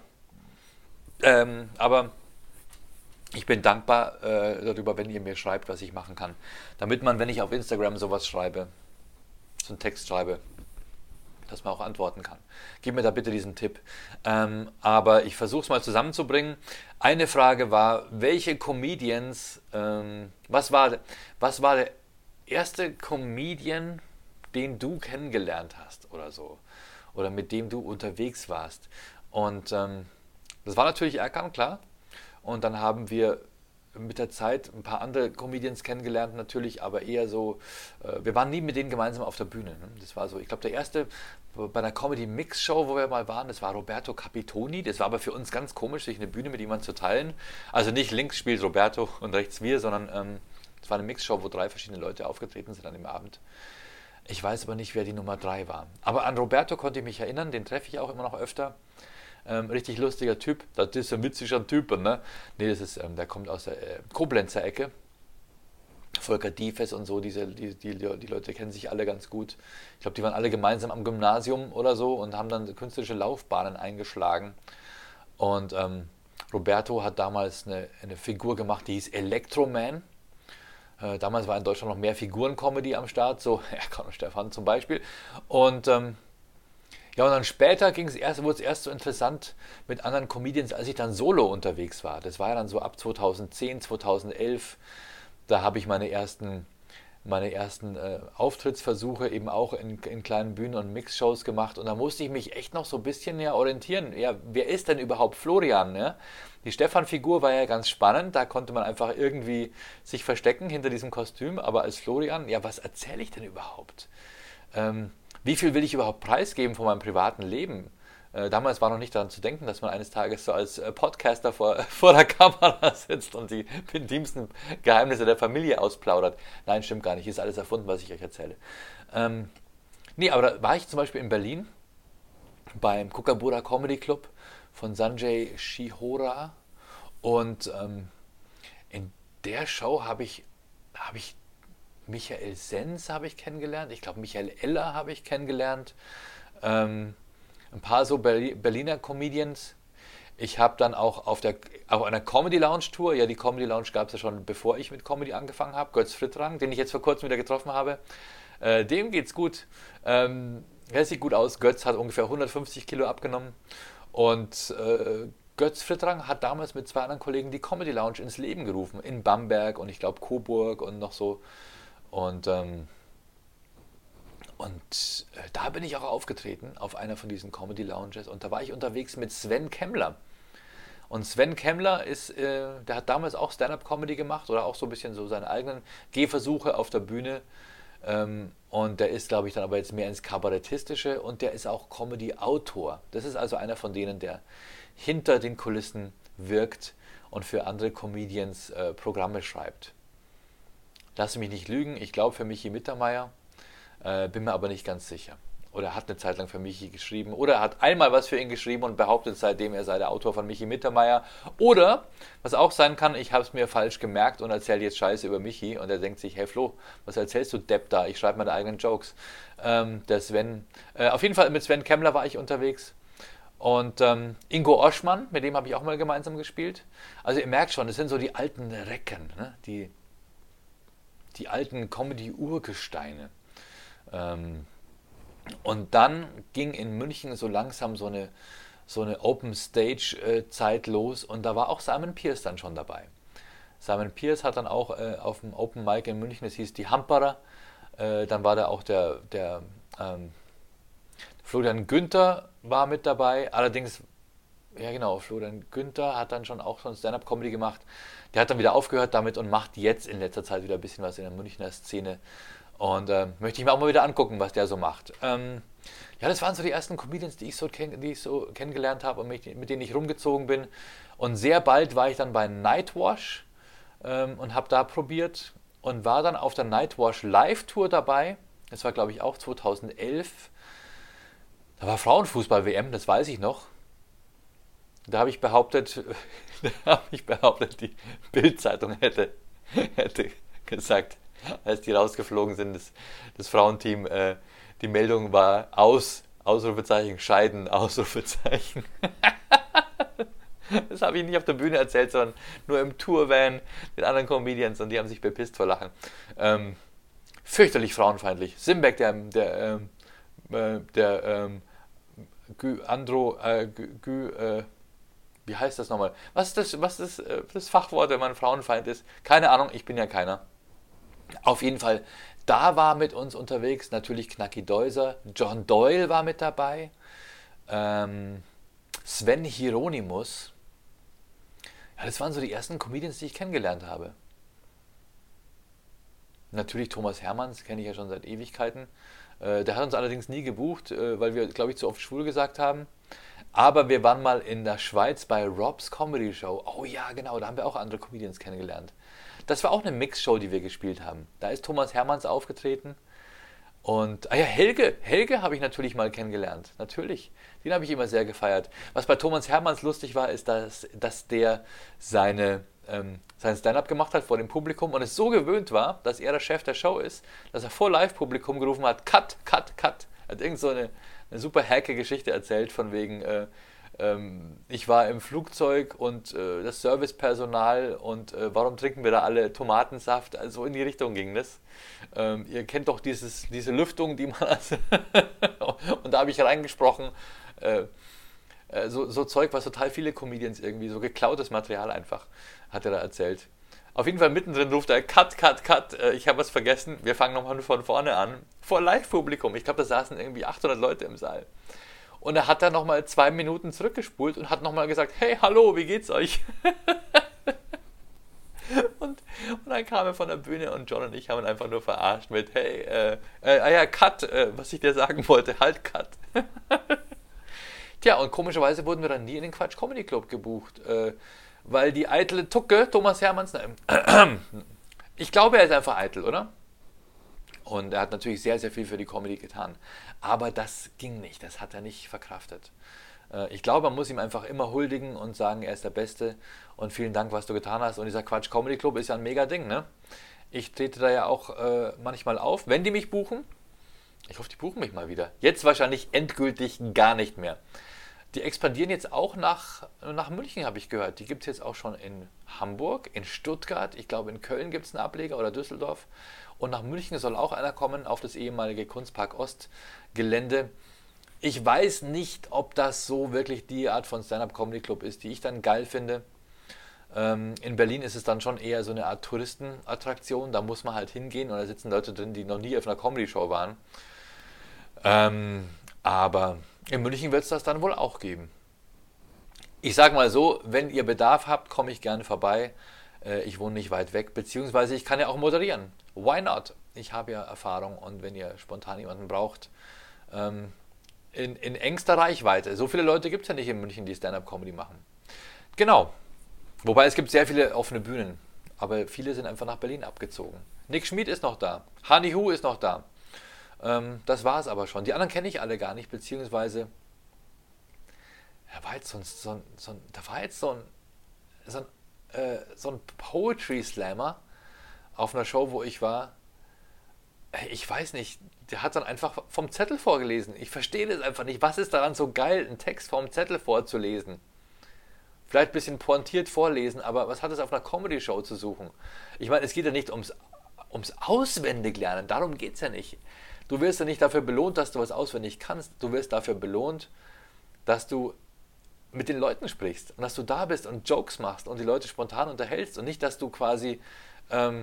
Aber ich bin dankbar darüber, wenn ihr mir schreibt, was ich machen kann. Damit man, wenn ich auf Instagram sowas schreibe, so einen Text schreibe, dass man auch antworten kann. Gib mir da bitte diesen Tipp. Aber ich versuche es mal zusammenzubringen. Eine Frage war, welche Comedians, was war der erste Comedian, den du kennengelernt hast oder so? Oder mit dem du unterwegs warst? Und das war natürlich Erkan, klar. Und dann haben wir mit der Zeit ein paar andere Comedians kennengelernt natürlich, aber eher so, wir waren nie mit denen gemeinsam auf der Bühne. Ne? Das war so, ich glaube, der erste bei einer Comedy-Mix-Show, wo wir mal waren, das war Roberto Capitoni. Das war aber für uns ganz komisch, sich eine Bühne mit jemandem zu teilen. Also nicht links spielt Roberto und rechts wir, sondern es war eine Mix-Show, wo 3 verschiedene Leute aufgetreten sind an dem Abend. Ich weiß aber nicht, wer die Nummer 3 war. Aber an Roberto konnte ich mich erinnern, den treffe ich auch immer noch öfter. Richtig lustiger Typ, das ist ein witziger Typ, ne? Nee, der kommt aus der Koblenzer Ecke. Volker Diefes und so, die Leute kennen sich alle ganz gut. Ich glaube, die waren alle gemeinsam am Gymnasium oder so und haben dann künstlerische Laufbahnen eingeschlagen. Und Roberto hat damals eine Figur gemacht, die hieß Electroman. Damals war in Deutschland noch mehr Figuren-Comedy am Start, so Erkan und Stefan zum Beispiel. Und Ja, und dann später wurde es erst so interessant mit anderen Comedians, als ich dann solo unterwegs war. Das war ja dann so ab 2010, 2011. Da habe ich meine ersten Auftrittsversuche eben auch in kleinen Bühnen- und Mixshows gemacht. Und da musste ich mich echt noch so ein bisschen ja orientieren. Ja, wer ist denn überhaupt Florian? Ne? Die Stefan-Figur war ja ganz spannend. Da konnte man einfach irgendwie sich verstecken hinter diesem Kostüm. Aber als Florian, ja, was erzähle ich denn überhaupt? Ähm, Wie viel will ich überhaupt preisgeben von meinem privaten Leben? Damals war noch nicht daran zu denken, dass man eines Tages so als Podcaster vor der Kamera sitzt und die intimsten Geheimnisse der Familie ausplaudert. Nein, stimmt gar nicht. Ist alles erfunden, was ich euch erzähle. Ähm, Nee, aber da war ich zum Beispiel in Berlin beim Kookaburra Comedy Club von Sanjay Shihora und in der Show habe ich Michael Senz habe ich kennengelernt. Ich glaube, Michael Eller habe ich kennengelernt. Ähm, ein paar so Berliner Comedians. Ich habe dann auch auf einer Comedy Lounge Tour, ja, die Comedy Lounge gab es ja schon, bevor ich mit Comedy angefangen habe, Götz Frittrang, den ich jetzt vor kurzem wieder getroffen habe. Dem geht's gut. Er sieht gut aus. Götz hat ungefähr 150 Kilo abgenommen. Und Götz Frittrang hat damals mit zwei anderen Kollegen die Comedy Lounge ins Leben gerufen. In Bamberg und ich glaube Coburg und noch so. Und, ähm, und da bin ich auch aufgetreten auf einer von diesen Comedy Lounges. Und da war ich unterwegs mit Sven Kemmler. Und Sven Kemmler der hat damals auch Stand-up-Comedy gemacht oder auch so ein bisschen so seine eigenen Gehversuche auf der Bühne. Und der ist, glaube ich, dann aber jetzt mehr ins Kabarettistische und der ist auch Comedy-Autor. Das ist also einer von denen, der hinter den Kulissen wirkt und für andere Comedians Programme schreibt. Lass mich nicht lügen, ich glaube für Michi Mittermeier, bin mir aber nicht ganz sicher. Oder hat eine Zeit lang für Michi geschrieben. Oder er hat einmal was für ihn geschrieben und behauptet seitdem, er sei der Autor von Michi Mittermeier. Oder, was auch sein kann, ich habe es mir falsch gemerkt und erzähle jetzt Scheiße über Michi. Und er denkt sich, hey Flo, was erzählst du Depp da? Ich schreibe meine eigenen Jokes. Der Sven, auf jeden Fall mit Sven Kemmler war ich unterwegs. Und Ingo Oschmann, mit dem habe ich auch mal gemeinsam gespielt. Also ihr merkt schon, das sind so die alten Recken, ne? Die alten Comedy-Urgesteine. Und dann ging in München so langsam so eine Open Stage Zeit los und da war auch Simon Pierce dann schon dabei. Simon Pierce hat dann auch auf dem Open Mic in München, das hieß die Hamperer, dann war da auch der Florian Günther war mit dabei, allerdings, ja genau, Florian Günther hat dann schon auch so ein Stand-Up-Comedy gemacht. Der hat dann wieder aufgehört damit und macht jetzt in letzter Zeit wieder ein bisschen was in der Münchner Szene. Und möchte ich mir auch mal wieder angucken, was der so macht. Ja, das waren so die ersten Comedians, die ich so kennengelernt habe und mit denen ich rumgezogen bin. Und sehr bald war ich dann bei Nightwash und habe da probiert und war dann auf der Nightwash Live-Tour dabei. Das war, glaube ich, auch 2011. Da war Frauenfußball-WM, das weiß ich noch. Da habe ich behauptet, die Bild-Zeitung hätte gesagt, als die rausgeflogen sind, das Frauenteam, die Meldung war Ausrufezeichen, Scheiden, Ausrufezeichen. Das habe ich nicht auf der Bühne erzählt, sondern nur im Tourvan mit anderen Comedians und die haben sich bepisst vor Lachen. Fürchterlich frauenfeindlich. Simbeck, wie heißt das nochmal? Was ist das Fachwort, wenn man Frauenfeind ist? Keine Ahnung, ich bin ja keiner. Auf jeden Fall, da war mit uns unterwegs natürlich Knacki Deuser, John Doyle war mit dabei, ähm, Sven Hieronymus. Ja, das waren so die ersten Comedians, die ich kennengelernt habe. Natürlich Thomas Hermanns, kenne ich ja schon seit Ewigkeiten. Der hat uns allerdings nie gebucht, weil wir, glaube ich, zu oft schwul gesagt haben. Aber wir waren mal in der Schweiz bei Rob's Comedy Show. Oh ja, genau, da haben wir auch andere Comedians kennengelernt. Das war auch eine Mixshow, die wir gespielt haben. Da ist Thomas Hermanns aufgetreten. Und, ja, Helge habe ich natürlich mal kennengelernt. Natürlich. Den habe ich immer sehr gefeiert. Was bei Thomas Hermanns lustig war, ist, dass der sein Stand-up gemacht hat vor dem Publikum und es so gewöhnt war, dass er der Chef der Show ist, dass er vor Live-Publikum gerufen hat, Cut, Cut, Cut. Er hat irgend so eine super hacke Geschichte erzählt, von wegen, ich war im Flugzeug und das Servicepersonal und warum trinken wir da alle Tomatensaft? Also in die Richtung ging das. Ihr kennt doch diese Lüftung, die man... und da habe ich reingesprochen. So Zeug, was total viele Comedians irgendwie, so geklautes Material einfach, hat er da erzählt. Auf jeden Fall mittendrin ruft er, Cut, Cut, Cut, ich habe was vergessen, wir fangen nochmal von vorne an. Vor Live-Publikum, ich glaube, da saßen irgendwie 800 Leute im Saal. Und er hat dann nochmal 2 Minuten zurückgespult und hat nochmal gesagt, hey, hallo, wie geht's euch? Und dann kam er von der Bühne und John und ich haben ihn einfach nur verarscht mit, hey, ja, Cut, was ich dir sagen wollte, halt Cut. Tja, und komischerweise wurden wir dann nie in den Quatsch Comedy Club gebucht, weil die eitle Tucke, Thomas Hermanns, ich glaube, er ist einfach eitel, oder? Und er hat natürlich sehr, sehr viel für die Comedy getan. Aber das ging nicht, das hat er nicht verkraftet. Ich glaube, man muss ihm einfach immer huldigen und sagen, er ist der Beste und vielen Dank, was du getan hast. Und dieser Quatsch Comedy Club ist ja ein mega Ding, ne? Ich trete da ja auch manchmal auf, wenn die mich buchen. Ich hoffe, die buchen mich mal wieder. Jetzt wahrscheinlich endgültig gar nicht mehr. Die expandieren jetzt auch nach München, habe ich gehört. Die gibt es jetzt auch schon in Hamburg, in Stuttgart. Ich glaube, in Köln gibt es einen Ableger oder Düsseldorf. Und nach München soll auch einer kommen auf das ehemalige Kunstpark Ost Gelände. Ich weiß nicht, ob das so wirklich die Art von Stand-Up-Comedy-Club ist, die ich dann geil finde. In Berlin ist es dann schon eher so eine Art Touristenattraktion. Da muss man halt hingehen und da sitzen Leute drin, die noch nie auf einer Comedy-Show waren. Aber in München wird es das dann wohl auch geben. Ich sage mal so, wenn ihr Bedarf habt, komme ich gerne vorbei. Ich wohne nicht weit weg, beziehungsweise ich kann ja auch moderieren. Why not? Ich habe ja Erfahrung und wenn ihr spontan jemanden braucht, in engster Reichweite. So viele Leute gibt es ja nicht in München, die Stand-Up-Comedy machen. Genau. Wobei es gibt sehr viele offene Bühnen, aber viele sind einfach nach Berlin abgezogen. Nick Schmid ist noch da. Hani Hu ist noch da. Das war es aber schon. Die anderen kenne ich alle gar nicht, beziehungsweise da war jetzt so ein Poetry Slammer auf einer Show, wo ich war. Ich weiß nicht, der hat dann einfach vom Zettel vorgelesen. Ich verstehe das einfach nicht. Was ist daran so geil, einen Text vom Zettel vorzulesen? Vielleicht ein bisschen pointiert vorlesen, aber was hat es auf einer Comedy-Show zu suchen? Ich meine, es geht ja nicht ums Auswendiglernen, darum geht es ja nicht. Du wirst ja nicht dafür belohnt, dass du was auswendig kannst. Du wirst dafür belohnt, dass du mit den Leuten sprichst und dass du da bist und Jokes machst und die Leute spontan unterhältst und nicht, dass du quasi einen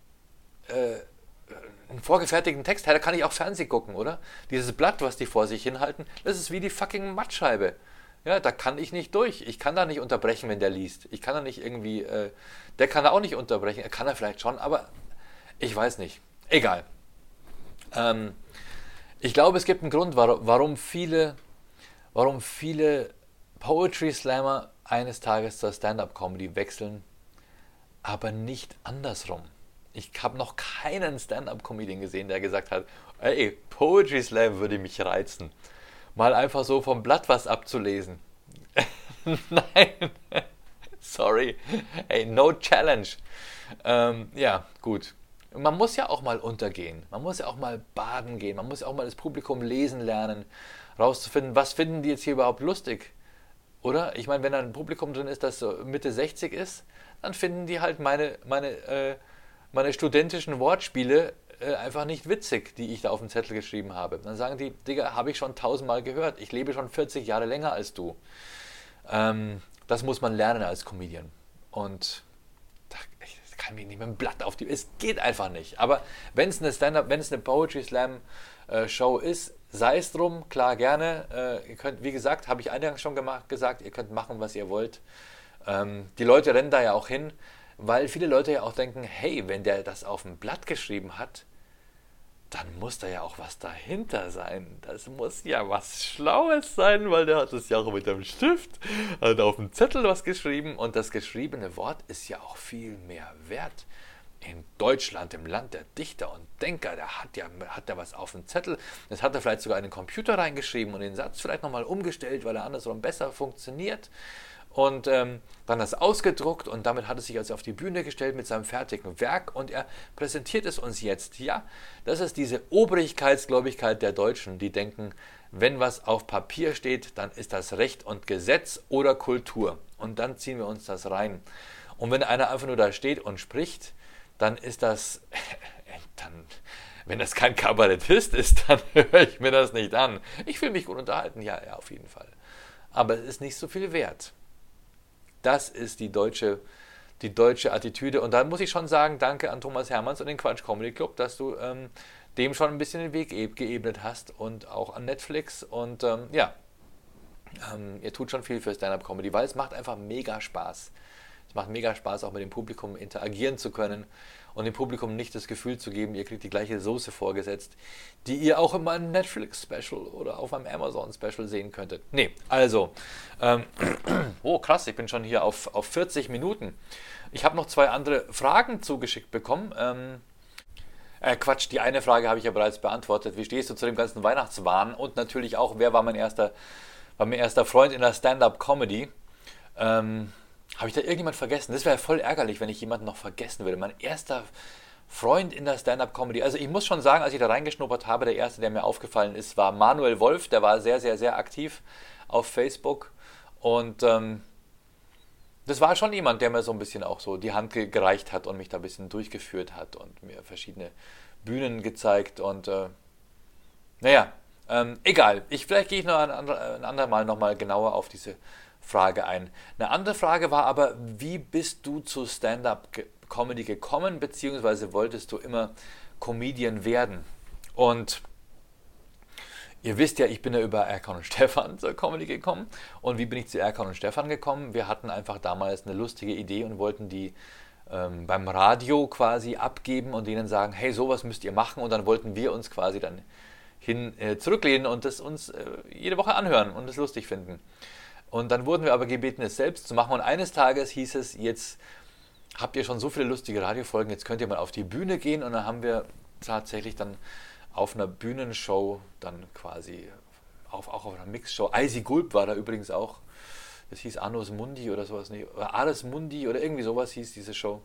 vorgefertigten Text, da kann ich auch Fernsehen gucken, oder? Dieses Blatt, was die vor sich hinhalten, das ist wie die fucking Mattscheibe. Ja, da kann ich nicht durch. Ich kann da nicht unterbrechen, wenn der liest. Ich kann da nicht irgendwie, der kann da auch nicht unterbrechen. Er kann er vielleicht schon, aber ich weiß nicht. Egal. Ich glaube, es gibt einen Grund, warum viele Poetry Slammer eines Tages zur Stand-Up-Comedy wechseln, aber nicht andersrum. Ich habe noch keinen Stand-Up-Comedian gesehen, der gesagt hat, ey, Poetry Slam würde mich reizen. Mal einfach so vom Blatt was abzulesen. Nein, sorry, ey, no challenge. Ja, gut. Man muss ja auch mal untergehen, man muss ja auch mal baden gehen, man muss ja auch mal das Publikum lesen lernen, rauszufinden, was finden die jetzt hier überhaupt lustig, oder? Ich meine, wenn da ein Publikum drin ist, das so Mitte 60 ist, dann finden die halt meine studentischen Wortspiele einfach nicht witzig, die ich da auf den Zettel geschrieben habe. Dann sagen die, Digga, habe ich schon 1000-mal gehört, ich lebe schon 40 Jahre länger als du. Das muss man lernen als Comedian. Und ich kann mich nicht mit dem Blatt auf die... Es geht einfach nicht. Aber wenn es eine Poetry Slam Show ist, sei es drum, klar, gerne. Ihr könnt, wie gesagt, habe ich eingangs schon gesagt, ihr könnt machen, was ihr wollt. Die Leute rennen da ja auch hin, weil viele Leute ja auch denken, hey, wenn der das auf dem Blatt geschrieben hat, dann muss da ja auch was dahinter sein. Das muss ja was Schlaues sein, weil der hat es ja auch mit dem Stift, hat auf dem Zettel was geschrieben und das geschriebene Wort ist ja auch viel mehr wert. In Deutschland, im Land der Dichter und Denker, der hat ja was auf dem Zettel. Das hat er vielleicht sogar in den Computer reingeschrieben und den Satz vielleicht nochmal umgestellt, weil er andersrum besser funktioniert. Und dann das ausgedruckt und damit hat er sich also auf die Bühne gestellt mit seinem fertigen Werk und er präsentiert es uns jetzt. Ja, das ist diese Obrigkeitsgläubigkeit der Deutschen, die denken, wenn was auf Papier steht, dann ist das Recht und Gesetz oder Kultur. Und dann ziehen wir uns das rein. Und wenn einer einfach nur da steht und spricht, dann ist das, Wenn das kein Kabarettist ist, dann höre ich mir das nicht an. Ich will mich gut unterhalten, ja, ja, auf jeden Fall. Aber es ist nicht so viel wert. Das ist die deutsche Attitüde. Und da muss ich schon sagen, danke an Thomas Hermanns und den Quatsch Comedy Club, dass du dem schon ein bisschen den Weg geebnet hast und auch an Netflix. Und ihr tut schon viel für Stand-Up-Comedy, weil es macht einfach mega Spaß. Es macht mega Spaß, auch mit dem Publikum interagieren zu können und dem Publikum nicht das Gefühl zu geben, ihr kriegt die gleiche Soße vorgesetzt, die ihr auch in meinem Netflix-Special oder auf meinem Amazon-Special sehen könntet. Nee, also, oh krass, ich bin schon hier auf 40 Minuten. Ich habe noch 2 andere Fragen zugeschickt bekommen. Quatsch, die eine Frage habe ich ja bereits beantwortet. Wie stehst du zu dem ganzen Weihnachtswahn? Und natürlich auch, wer war mein erster Freund in der Stand-Up-Comedy? Habe ich da irgendjemand vergessen? Das wäre voll ärgerlich, wenn ich jemanden noch vergessen würde. Mein erster Freund in der Stand-Up-Comedy. Also ich muss schon sagen, als ich da reingeschnuppert habe, der erste, der mir aufgefallen ist, war Manuel Wolf. Der war sehr, sehr, sehr aktiv auf Facebook. Und das war schon jemand, der mir so ein bisschen auch so die Hand gereicht hat und mich da ein bisschen durchgeführt hat und mir verschiedene Bühnen gezeigt. Und naja, egal. Vielleicht gehe ich noch ein andermal nochmal genauer auf diese Frage ein. Eine andere Frage war aber, wie bist du zu Stand-Up-Comedy gekommen, beziehungsweise wolltest du immer Comedian werden? Und ihr wisst ja, ich bin ja über Erkan und Stefan zur Comedy gekommen. Und wie bin ich zu Erkan und Stefan gekommen? Wir hatten einfach damals eine lustige Idee und wollten die beim Radio quasi abgeben und denen sagen, hey, sowas müsst ihr machen. Und dann wollten wir uns quasi dann zurücklehnen und das uns jede Woche anhören und es lustig finden. Und dann wurden wir aber gebeten, es selbst zu machen. Und eines Tages hieß es, jetzt habt ihr schon so viele lustige Radiofolgen, jetzt könnt ihr mal auf die Bühne gehen. Und dann haben wir tatsächlich dann auf einer Bühnenshow, dann quasi auch auf einer Mixshow, Eisi Gulb war da übrigens auch, das hieß Annus Mundi oder sowas, nicht, oder Ares Mundi oder irgendwie sowas hieß diese Show.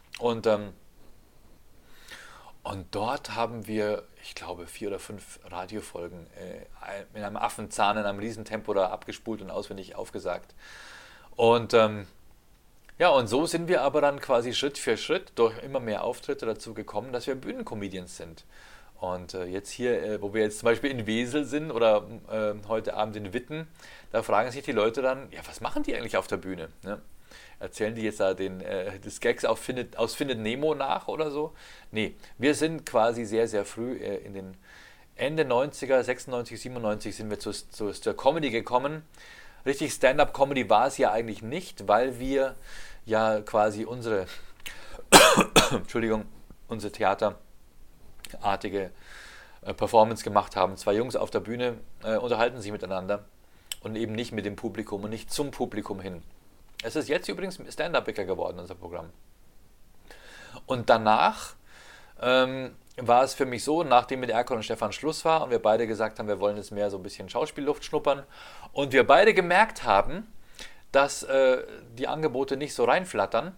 Und dort haben wir, ich glaube, 4 oder 5 Radiofolgen mit einem Affenzahn in einem Riesentempo da abgespult und auswendig aufgesagt. Und und so sind wir aber dann quasi Schritt für Schritt durch immer mehr Auftritte dazu gekommen, dass wir Bühnencomedians sind. Und jetzt hier, wo wir jetzt zum Beispiel in Wesel sind oder heute Abend in Witten, da fragen sich die Leute dann, ja, was machen die eigentlich auf der Bühne? Ne? Erzählen die jetzt da das Gags aus Findet Nemo nach oder so? Nee, wir sind quasi sehr, sehr früh in den Ende 90er, 96, 97 sind wir zur Comedy gekommen. Richtig Stand-Up-Comedy war es ja eigentlich nicht, weil wir ja quasi unsere theaterartige Performance gemacht haben. 2 Jungs auf der Bühne unterhalten sich miteinander und eben nicht mit dem Publikum und nicht zum Publikum hin. Es ist jetzt übrigens Stand-Up-Icker geworden, unser Programm. Und danach war es für mich so, nachdem mit Erkan und Stefan Schluss war und wir beide gesagt haben, wir wollen jetzt mehr so ein bisschen Schauspielluft schnuppern und wir beide gemerkt haben, dass die Angebote nicht so reinflattern,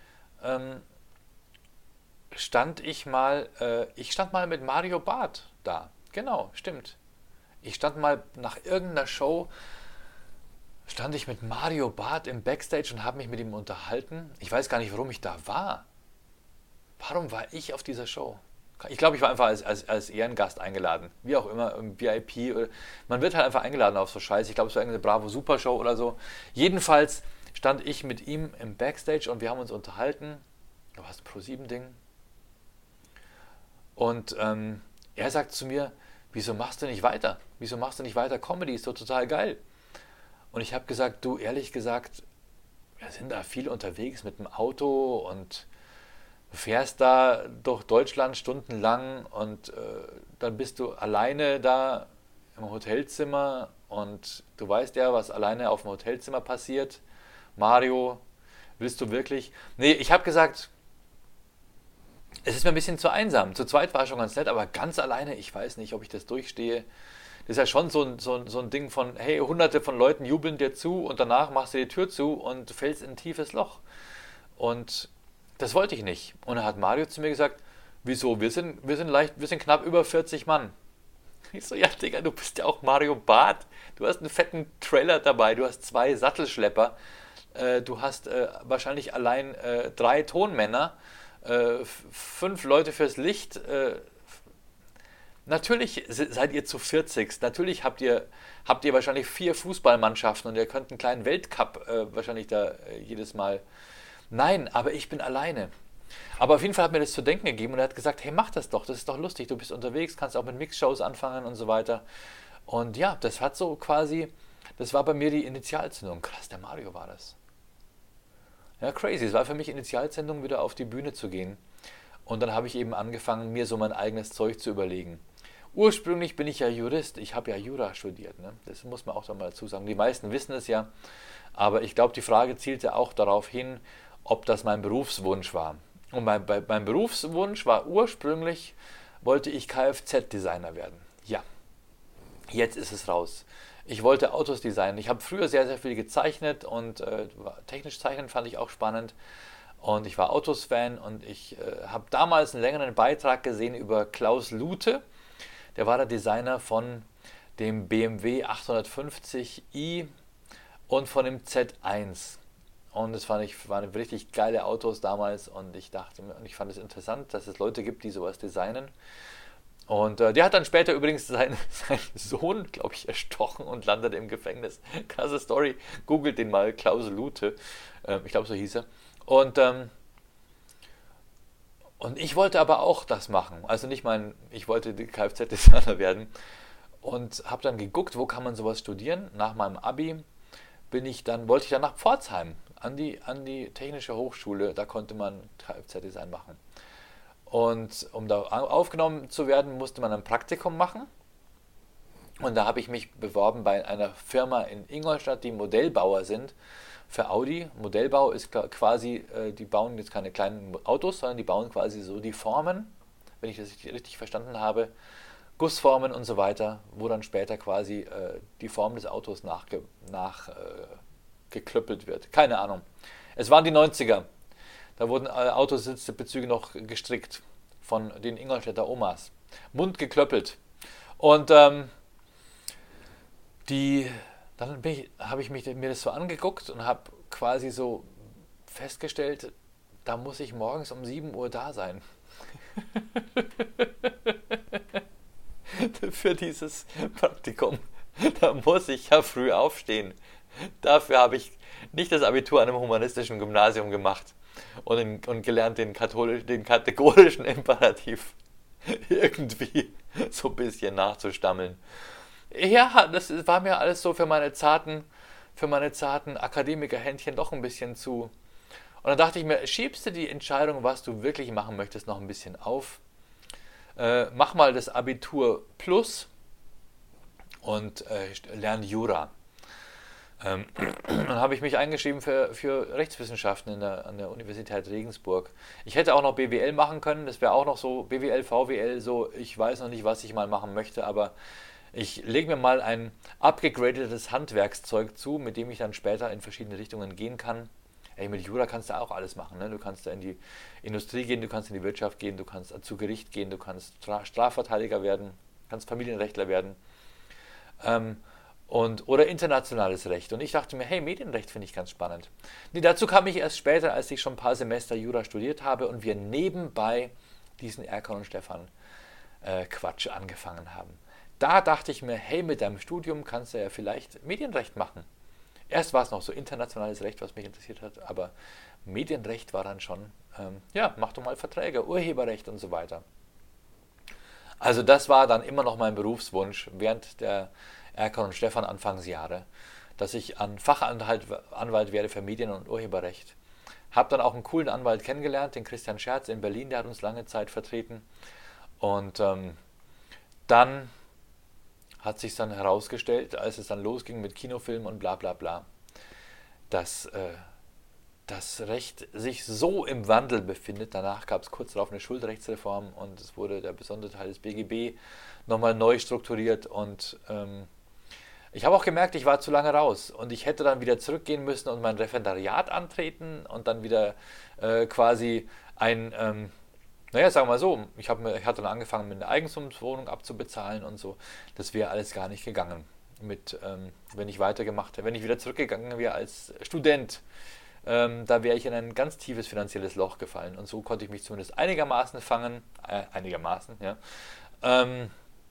stand ich mal mit Mario Barth da. Genau, stimmt. Ich stand mal nach irgendeiner Show, stand ich mit Mario Barth im Backstage und habe mich mit ihm unterhalten. Ich weiß gar nicht, warum ich da war. Warum war ich auf dieser Show? Ich glaube, ich war einfach als Ehrengast eingeladen. Wie auch immer, im VIP. Man wird halt einfach eingeladen auf so Scheiße. Ich glaube, es war irgendeine Bravo Super Show oder so. Jedenfalls stand ich mit ihm im Backstage und wir haben uns unterhalten. Du hast ein Pro7-Ding. Und er sagt zu mir, wieso machst du nicht weiter? Wieso machst du nicht weiter Comedy? Ist doch total geil. Und ich habe gesagt, du, ehrlich gesagt, wir sind da viel unterwegs mit dem Auto und du fährst da durch Deutschland stundenlang und dann bist du alleine da im Hotelzimmer und du weißt ja, was alleine auf dem Hotelzimmer passiert. Mario, willst du wirklich? Nee, ich habe gesagt, es ist mir ein bisschen zu einsam. Zu zweit war schon ganz nett, aber ganz alleine, ich weiß nicht, ob ich das durchstehe. Das ist ja schon so ein Ding von, hey, hunderte von Leuten jubeln dir zu und danach machst du die Tür zu und du fällst in ein tiefes Loch. Und das wollte ich nicht. Und dann hat Mario zu mir gesagt, wieso, wir sind knapp über 40 Mann. Ich so, ja Digga, du bist ja auch Mario Barth. Du hast einen fetten Trailer dabei, du hast 2 Sattelschlepper, du hast wahrscheinlich allein 3 Tonmänner, 5 Leute fürs Licht, Natürlich seid ihr zu 40. Natürlich habt ihr wahrscheinlich 4 Fußballmannschaften und ihr könnt einen kleinen Weltcup wahrscheinlich da jedes Mal. Nein, aber ich bin alleine. Aber auf jeden Fall hat mir das zu denken gegeben und er hat gesagt, hey, mach das doch, das ist doch lustig, du bist unterwegs, kannst auch mit Mixshows anfangen und so weiter. Und ja, das hat so quasi, das war bei mir die Initialzündung. Krass, der Mario war das. Ja, crazy. Es war für mich Initialzündung, wieder auf die Bühne zu gehen. Und dann habe ich eben angefangen, mir so mein eigenes Zeug zu überlegen. Ursprünglich bin ich ja Jurist, ich habe ja Jura studiert. Ne? Das muss man auch noch mal dazu sagen. Die meisten wissen es ja, aber ich glaube, die Frage zielte auch darauf hin, ob das mein Berufswunsch war. Und mein Berufswunsch war ursprünglich, wollte ich Kfz-Designer werden. Ja, jetzt ist es raus. Ich wollte Autos designen. Ich habe früher sehr, sehr viel gezeichnet und technisch zeichnen fand ich auch spannend. Und ich war Autos-Fan und ich habe damals einen längeren Beitrag gesehen über Klaus Lute. Der war der Designer von dem BMW 850i und von dem Z1. Und das waren richtig geile Autos damals und ich dachte mir, und ich fand es interessant, dass es Leute gibt, die sowas designen. Und der hat dann später übrigens seinen Sohn, glaube ich, erstochen und landete im Gefängnis. Krasse Story. Googelt den mal, Klaus Lute. Ich glaube, so hieß er. Und, ähm, und ich wollte aber auch das machen. Also nicht ich wollte Kfz-Designer werden. Und habe dann geguckt, wo kann man sowas studieren. Nach meinem Abi wollte ich dann nach Pforzheim an die Technische Hochschule. Da konnte man Kfz-Design machen. Und um da aufgenommen zu werden, musste man ein Praktikum machen. Und da habe ich mich beworben bei einer Firma in Ingolstadt, die Modellbauer sind für Audi. Modellbau ist quasi, die bauen jetzt keine kleinen Autos, sondern die bauen quasi so die Formen, wenn ich das richtig verstanden habe, Gussformen und so weiter, wo dann später quasi die Form des Autos geklöppelt wird. Keine Ahnung. Es waren die 90er. Da wurden Autositzbezüge noch gestrickt von den Ingolstädter Omas. Mund geklöppelt. Und dann habe ich mir das so angeguckt und habe quasi so festgestellt, da muss ich morgens um 7 Uhr da sein. Für dieses Praktikum. Da muss ich ja früh aufstehen. Dafür habe ich nicht das Abitur an einem humanistischen Gymnasium gemacht und gelernt, den kategorischen Imperativ irgendwie so ein bisschen nachzustammeln. Ja, das war mir alles so für meine zarten Akademikerhändchen doch ein bisschen zu. Und dann dachte ich mir, schiebst du die Entscheidung, was du wirklich machen möchtest, noch ein bisschen auf. Mach mal das Abitur Plus und lern Jura. Dann habe ich mich eingeschrieben für Rechtswissenschaften an der Universität Regensburg. Ich hätte auch noch BWL machen können, das wäre auch noch so, BWL, VWL, so, ich weiß noch nicht, was ich mal machen möchte, aber ich lege mir mal ein abgegradetes Handwerkszeug zu, mit dem ich dann später in verschiedene Richtungen gehen kann. Ey, mit Jura kannst du auch alles machen, ne? Du kannst da in die Industrie gehen, du kannst in die Wirtschaft gehen, du kannst zu Gericht gehen, du kannst Strafverteidiger werden, kannst Familienrechtler werden. Oder internationales Recht. Und ich dachte mir, hey, Medienrecht finde ich ganz spannend. Nee, dazu kam ich erst später, als ich schon ein paar Semester Jura studiert habe und wir nebenbei diesen Erkan und Stefan Quatsch angefangen haben. Da dachte ich mir, hey, mit deinem Studium kannst du ja vielleicht Medienrecht machen. Erst war es noch so internationales Recht, was mich interessiert hat, aber Medienrecht war dann schon, ja, mach doch mal Verträge, Urheberrecht und so weiter. Also das war dann immer noch mein Berufswunsch während der Erkan und Stefan Anfangsjahre, dass ich Fachanwalt werde für Medien- und Urheberrecht. Habe dann auch einen coolen Anwalt kennengelernt, den Christian Scherz in Berlin, der hat uns lange Zeit vertreten. Und dann hat sich dann herausgestellt, als es dann losging mit Kinofilmen und bla bla bla, dass das Recht sich so im Wandel befindet. Danach gab es kurz darauf eine Schuldrechtsreform und es wurde der besondere Teil des BGB nochmal neu strukturiert und ich habe auch gemerkt, ich war zu lange raus und ich hätte dann wieder zurückgehen müssen und mein Referendariat antreten und dann wieder quasi naja, sagen wir mal so, ich hatte dann angefangen, mit einer Eigentumswohnung abzubezahlen und so. Das wäre alles gar nicht gegangen, wenn ich weitergemacht hätte. Wenn ich wieder zurückgegangen wäre als Student, da wäre ich in ein ganz tiefes finanzielles Loch gefallen. Und so konnte ich mich zumindest einigermaßen fangen, einigermaßen, ja.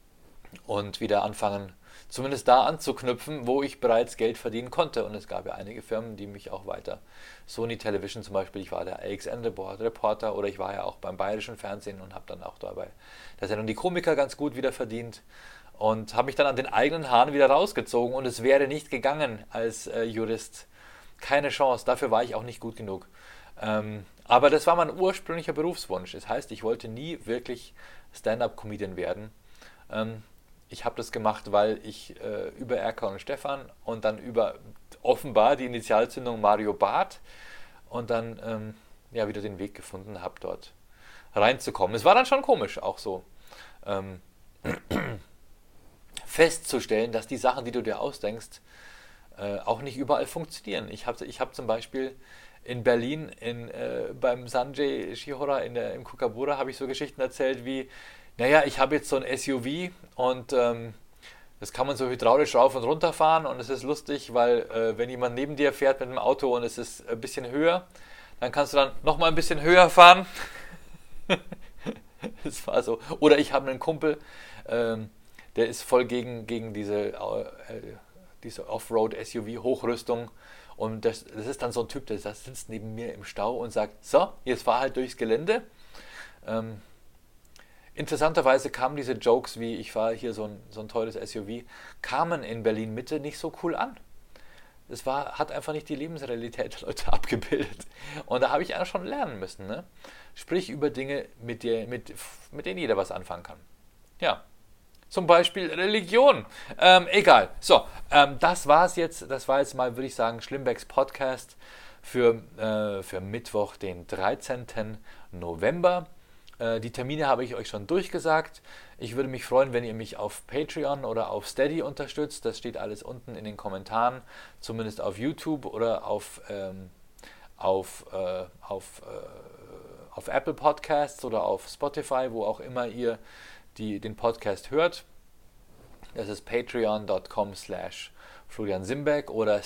und wieder anfangen, zumindest da anzuknüpfen, wo ich bereits Geld verdienen konnte. Und es gab ja einige Firmen, die mich auch weiter, Sony Television zum Beispiel, ich war der AXN-Reporter oder ich war ja auch beim Bayerischen Fernsehen und habe dann auch dabei der Sendung Die Komiker ganz gut wieder verdient und habe mich dann an den eigenen Haaren wieder rausgezogen und es wäre nicht gegangen als Jurist. Keine Chance, dafür war ich auch nicht gut genug. Aber das war mein ursprünglicher Berufswunsch. Das heißt, ich wollte nie wirklich Stand-up-Comedian werden. Ich habe das gemacht, weil ich über Erkan und Stefan und dann über offenbar die Initialzündung Mario Barth und dann ja, wieder den Weg gefunden habe, dort reinzukommen. Es war dann schon komisch, auch so festzustellen, dass die Sachen, die du dir ausdenkst, auch nicht überall funktionieren. Ich hab zum Beispiel in Berlin beim Sanjay Shihora im Kookaburra habe ich so Geschichten erzählt wie, naja, ich habe jetzt so ein SUV und das kann man so hydraulisch rauf und runter fahren und es ist lustig, weil wenn jemand neben dir fährt mit dem Auto und es ist ein bisschen höher, dann kannst du dann nochmal ein bisschen höher fahren. Das war so. Oder ich habe einen Kumpel, der ist voll gegen diese Offroad-SUV-Hochrüstung. Und das ist dann so ein Typ, der sitzt neben mir im Stau und sagt, so, jetzt fahr halt durchs Gelände. Interessanterweise kamen diese Jokes wie, ich fahre hier so ein teures SUV, kamen in Berlin-Mitte nicht so cool an. Hat einfach nicht die Lebensrealität der Leute abgebildet. Und da habe ich ja schon lernen müssen. Ne? Sprich über Dinge, mit denen jeder was anfangen kann. Ja. Zum Beispiel Religion. Egal. So, das war jetzt mal, würde ich sagen, Schlimmbecks Podcast für Mittwoch, den 13. November. Die Termine habe ich euch schon durchgesagt. Ich würde mich freuen, wenn ihr mich auf Patreon oder auf Steady unterstützt. Das steht alles unten in den Kommentaren, zumindest auf YouTube oder auf Apple Podcasts oder auf Spotify, wo auch immer ihr den Podcast hört. Das ist patreon.com/Florian Simbeck oder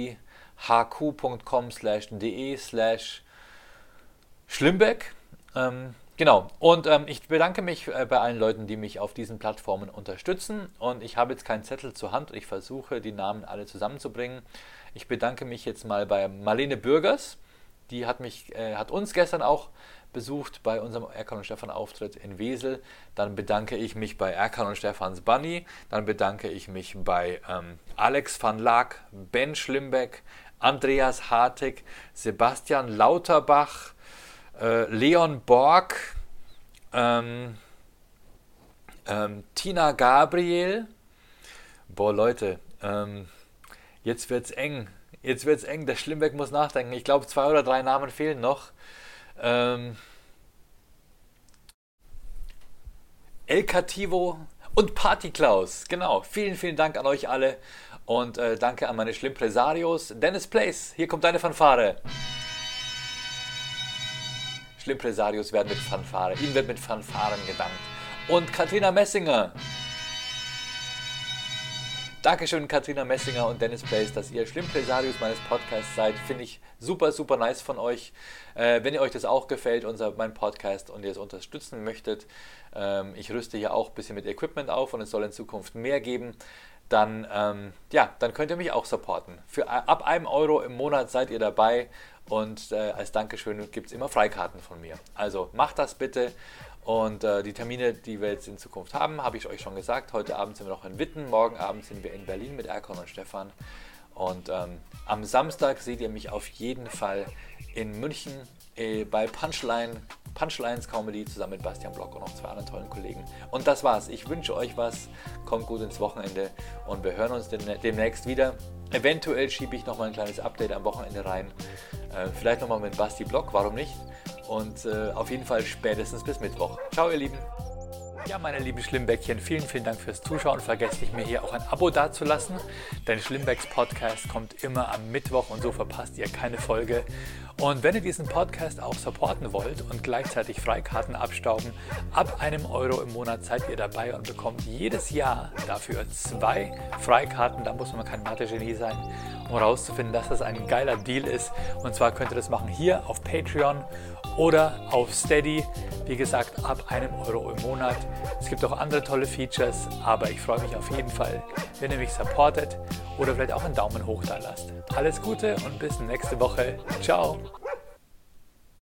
steadyhq.com/de/Schlimbeck. Genau, und ich bedanke mich bei allen Leuten, die mich auf diesen Plattformen unterstützen und ich habe jetzt keinen Zettel zur Hand und ich versuche, die Namen alle zusammenzubringen. Ich bedanke mich jetzt mal bei Marlene Bürgers, die hat uns gestern auch besucht bei unserem Erkan und Stefan Auftritt in Wesel. Dann bedanke ich mich bei Erkan und Stefans Bunny. Dann bedanke ich mich bei Alex van Laak, Ben Schlimbeck, Andreas Hartig, Sebastian Lauterbach, Leon Borg, Tina Gabriel. Boah, Leute, jetzt wird's eng. Der Schlimbeck muss nachdenken. Ich glaube, 2 oder 3 Namen fehlen noch. El Cativo und Party Klaus. Genau. Vielen, vielen Dank an euch alle. Und danke an meine Schlimmpresarios. Dennis Place, hier kommt deine Fanfare. Schlimmpresarios werden mit Fanfare. Ihnen wird mit Fanfaren gedankt. Und Katrina Messinger. Dankeschön, Katrina Messinger und Dennis Place, dass ihr Schlimmpresarios meines Podcasts seid. Finde ich super, super nice von euch. Wenn ihr euch das auch gefällt, mein Podcast, und ihr es unterstützen möchtet, ich rüste hier auch ein bisschen mit Equipment auf und es soll in Zukunft mehr geben, dann könnt ihr mich auch supporten. Ab 1 Euro im Monat seid ihr dabei und als Dankeschön gibt es immer Freikarten von mir. Also macht das bitte. Und die Termine, die wir jetzt in Zukunft haben, habe ich euch schon gesagt. Heute Abend sind wir noch in Witten, morgen Abend sind wir in Berlin mit Erkan und Stefan. Und am Samstag seht ihr mich auf jeden Fall in München bei Punchlines Comedy zusammen mit Bastian Block und noch 2 anderen tollen Kollegen. Und das war's. Ich wünsche euch was. Kommt gut ins Wochenende und wir hören uns demnächst wieder. Eventuell schiebe ich nochmal ein kleines Update am Wochenende rein. Vielleicht nochmal mit Basti Block, warum nicht? Und auf jeden Fall spätestens bis Mittwoch. Ciao, ihr Lieben. Ja, meine lieben Schlimmbäckchen, vielen, vielen Dank fürs Zuschauen. Vergesst nicht, mir hier auch ein Abo dazulassen, denn Schlimmbecks Podcast kommt immer am Mittwoch und so verpasst ihr keine Folge. Und wenn ihr diesen Podcast auch supporten wollt und gleichzeitig Freikarten abstauben, ab 1 Euro im Monat seid ihr dabei und bekommt jedes Jahr dafür 2 Freikarten. Da muss man kein Mathe-Genie sein, um herauszufinden, dass das ein geiler Deal ist. Und zwar könnt ihr das machen hier auf Patreon oder auf Steady, wie gesagt, ab 1 Euro im Monat. Es gibt auch andere tolle Features, aber ich freue mich auf jeden Fall, wenn ihr mich supportet oder vielleicht auch einen Daumen hoch da lasst. Alles Gute und bis nächste Woche. Ciao!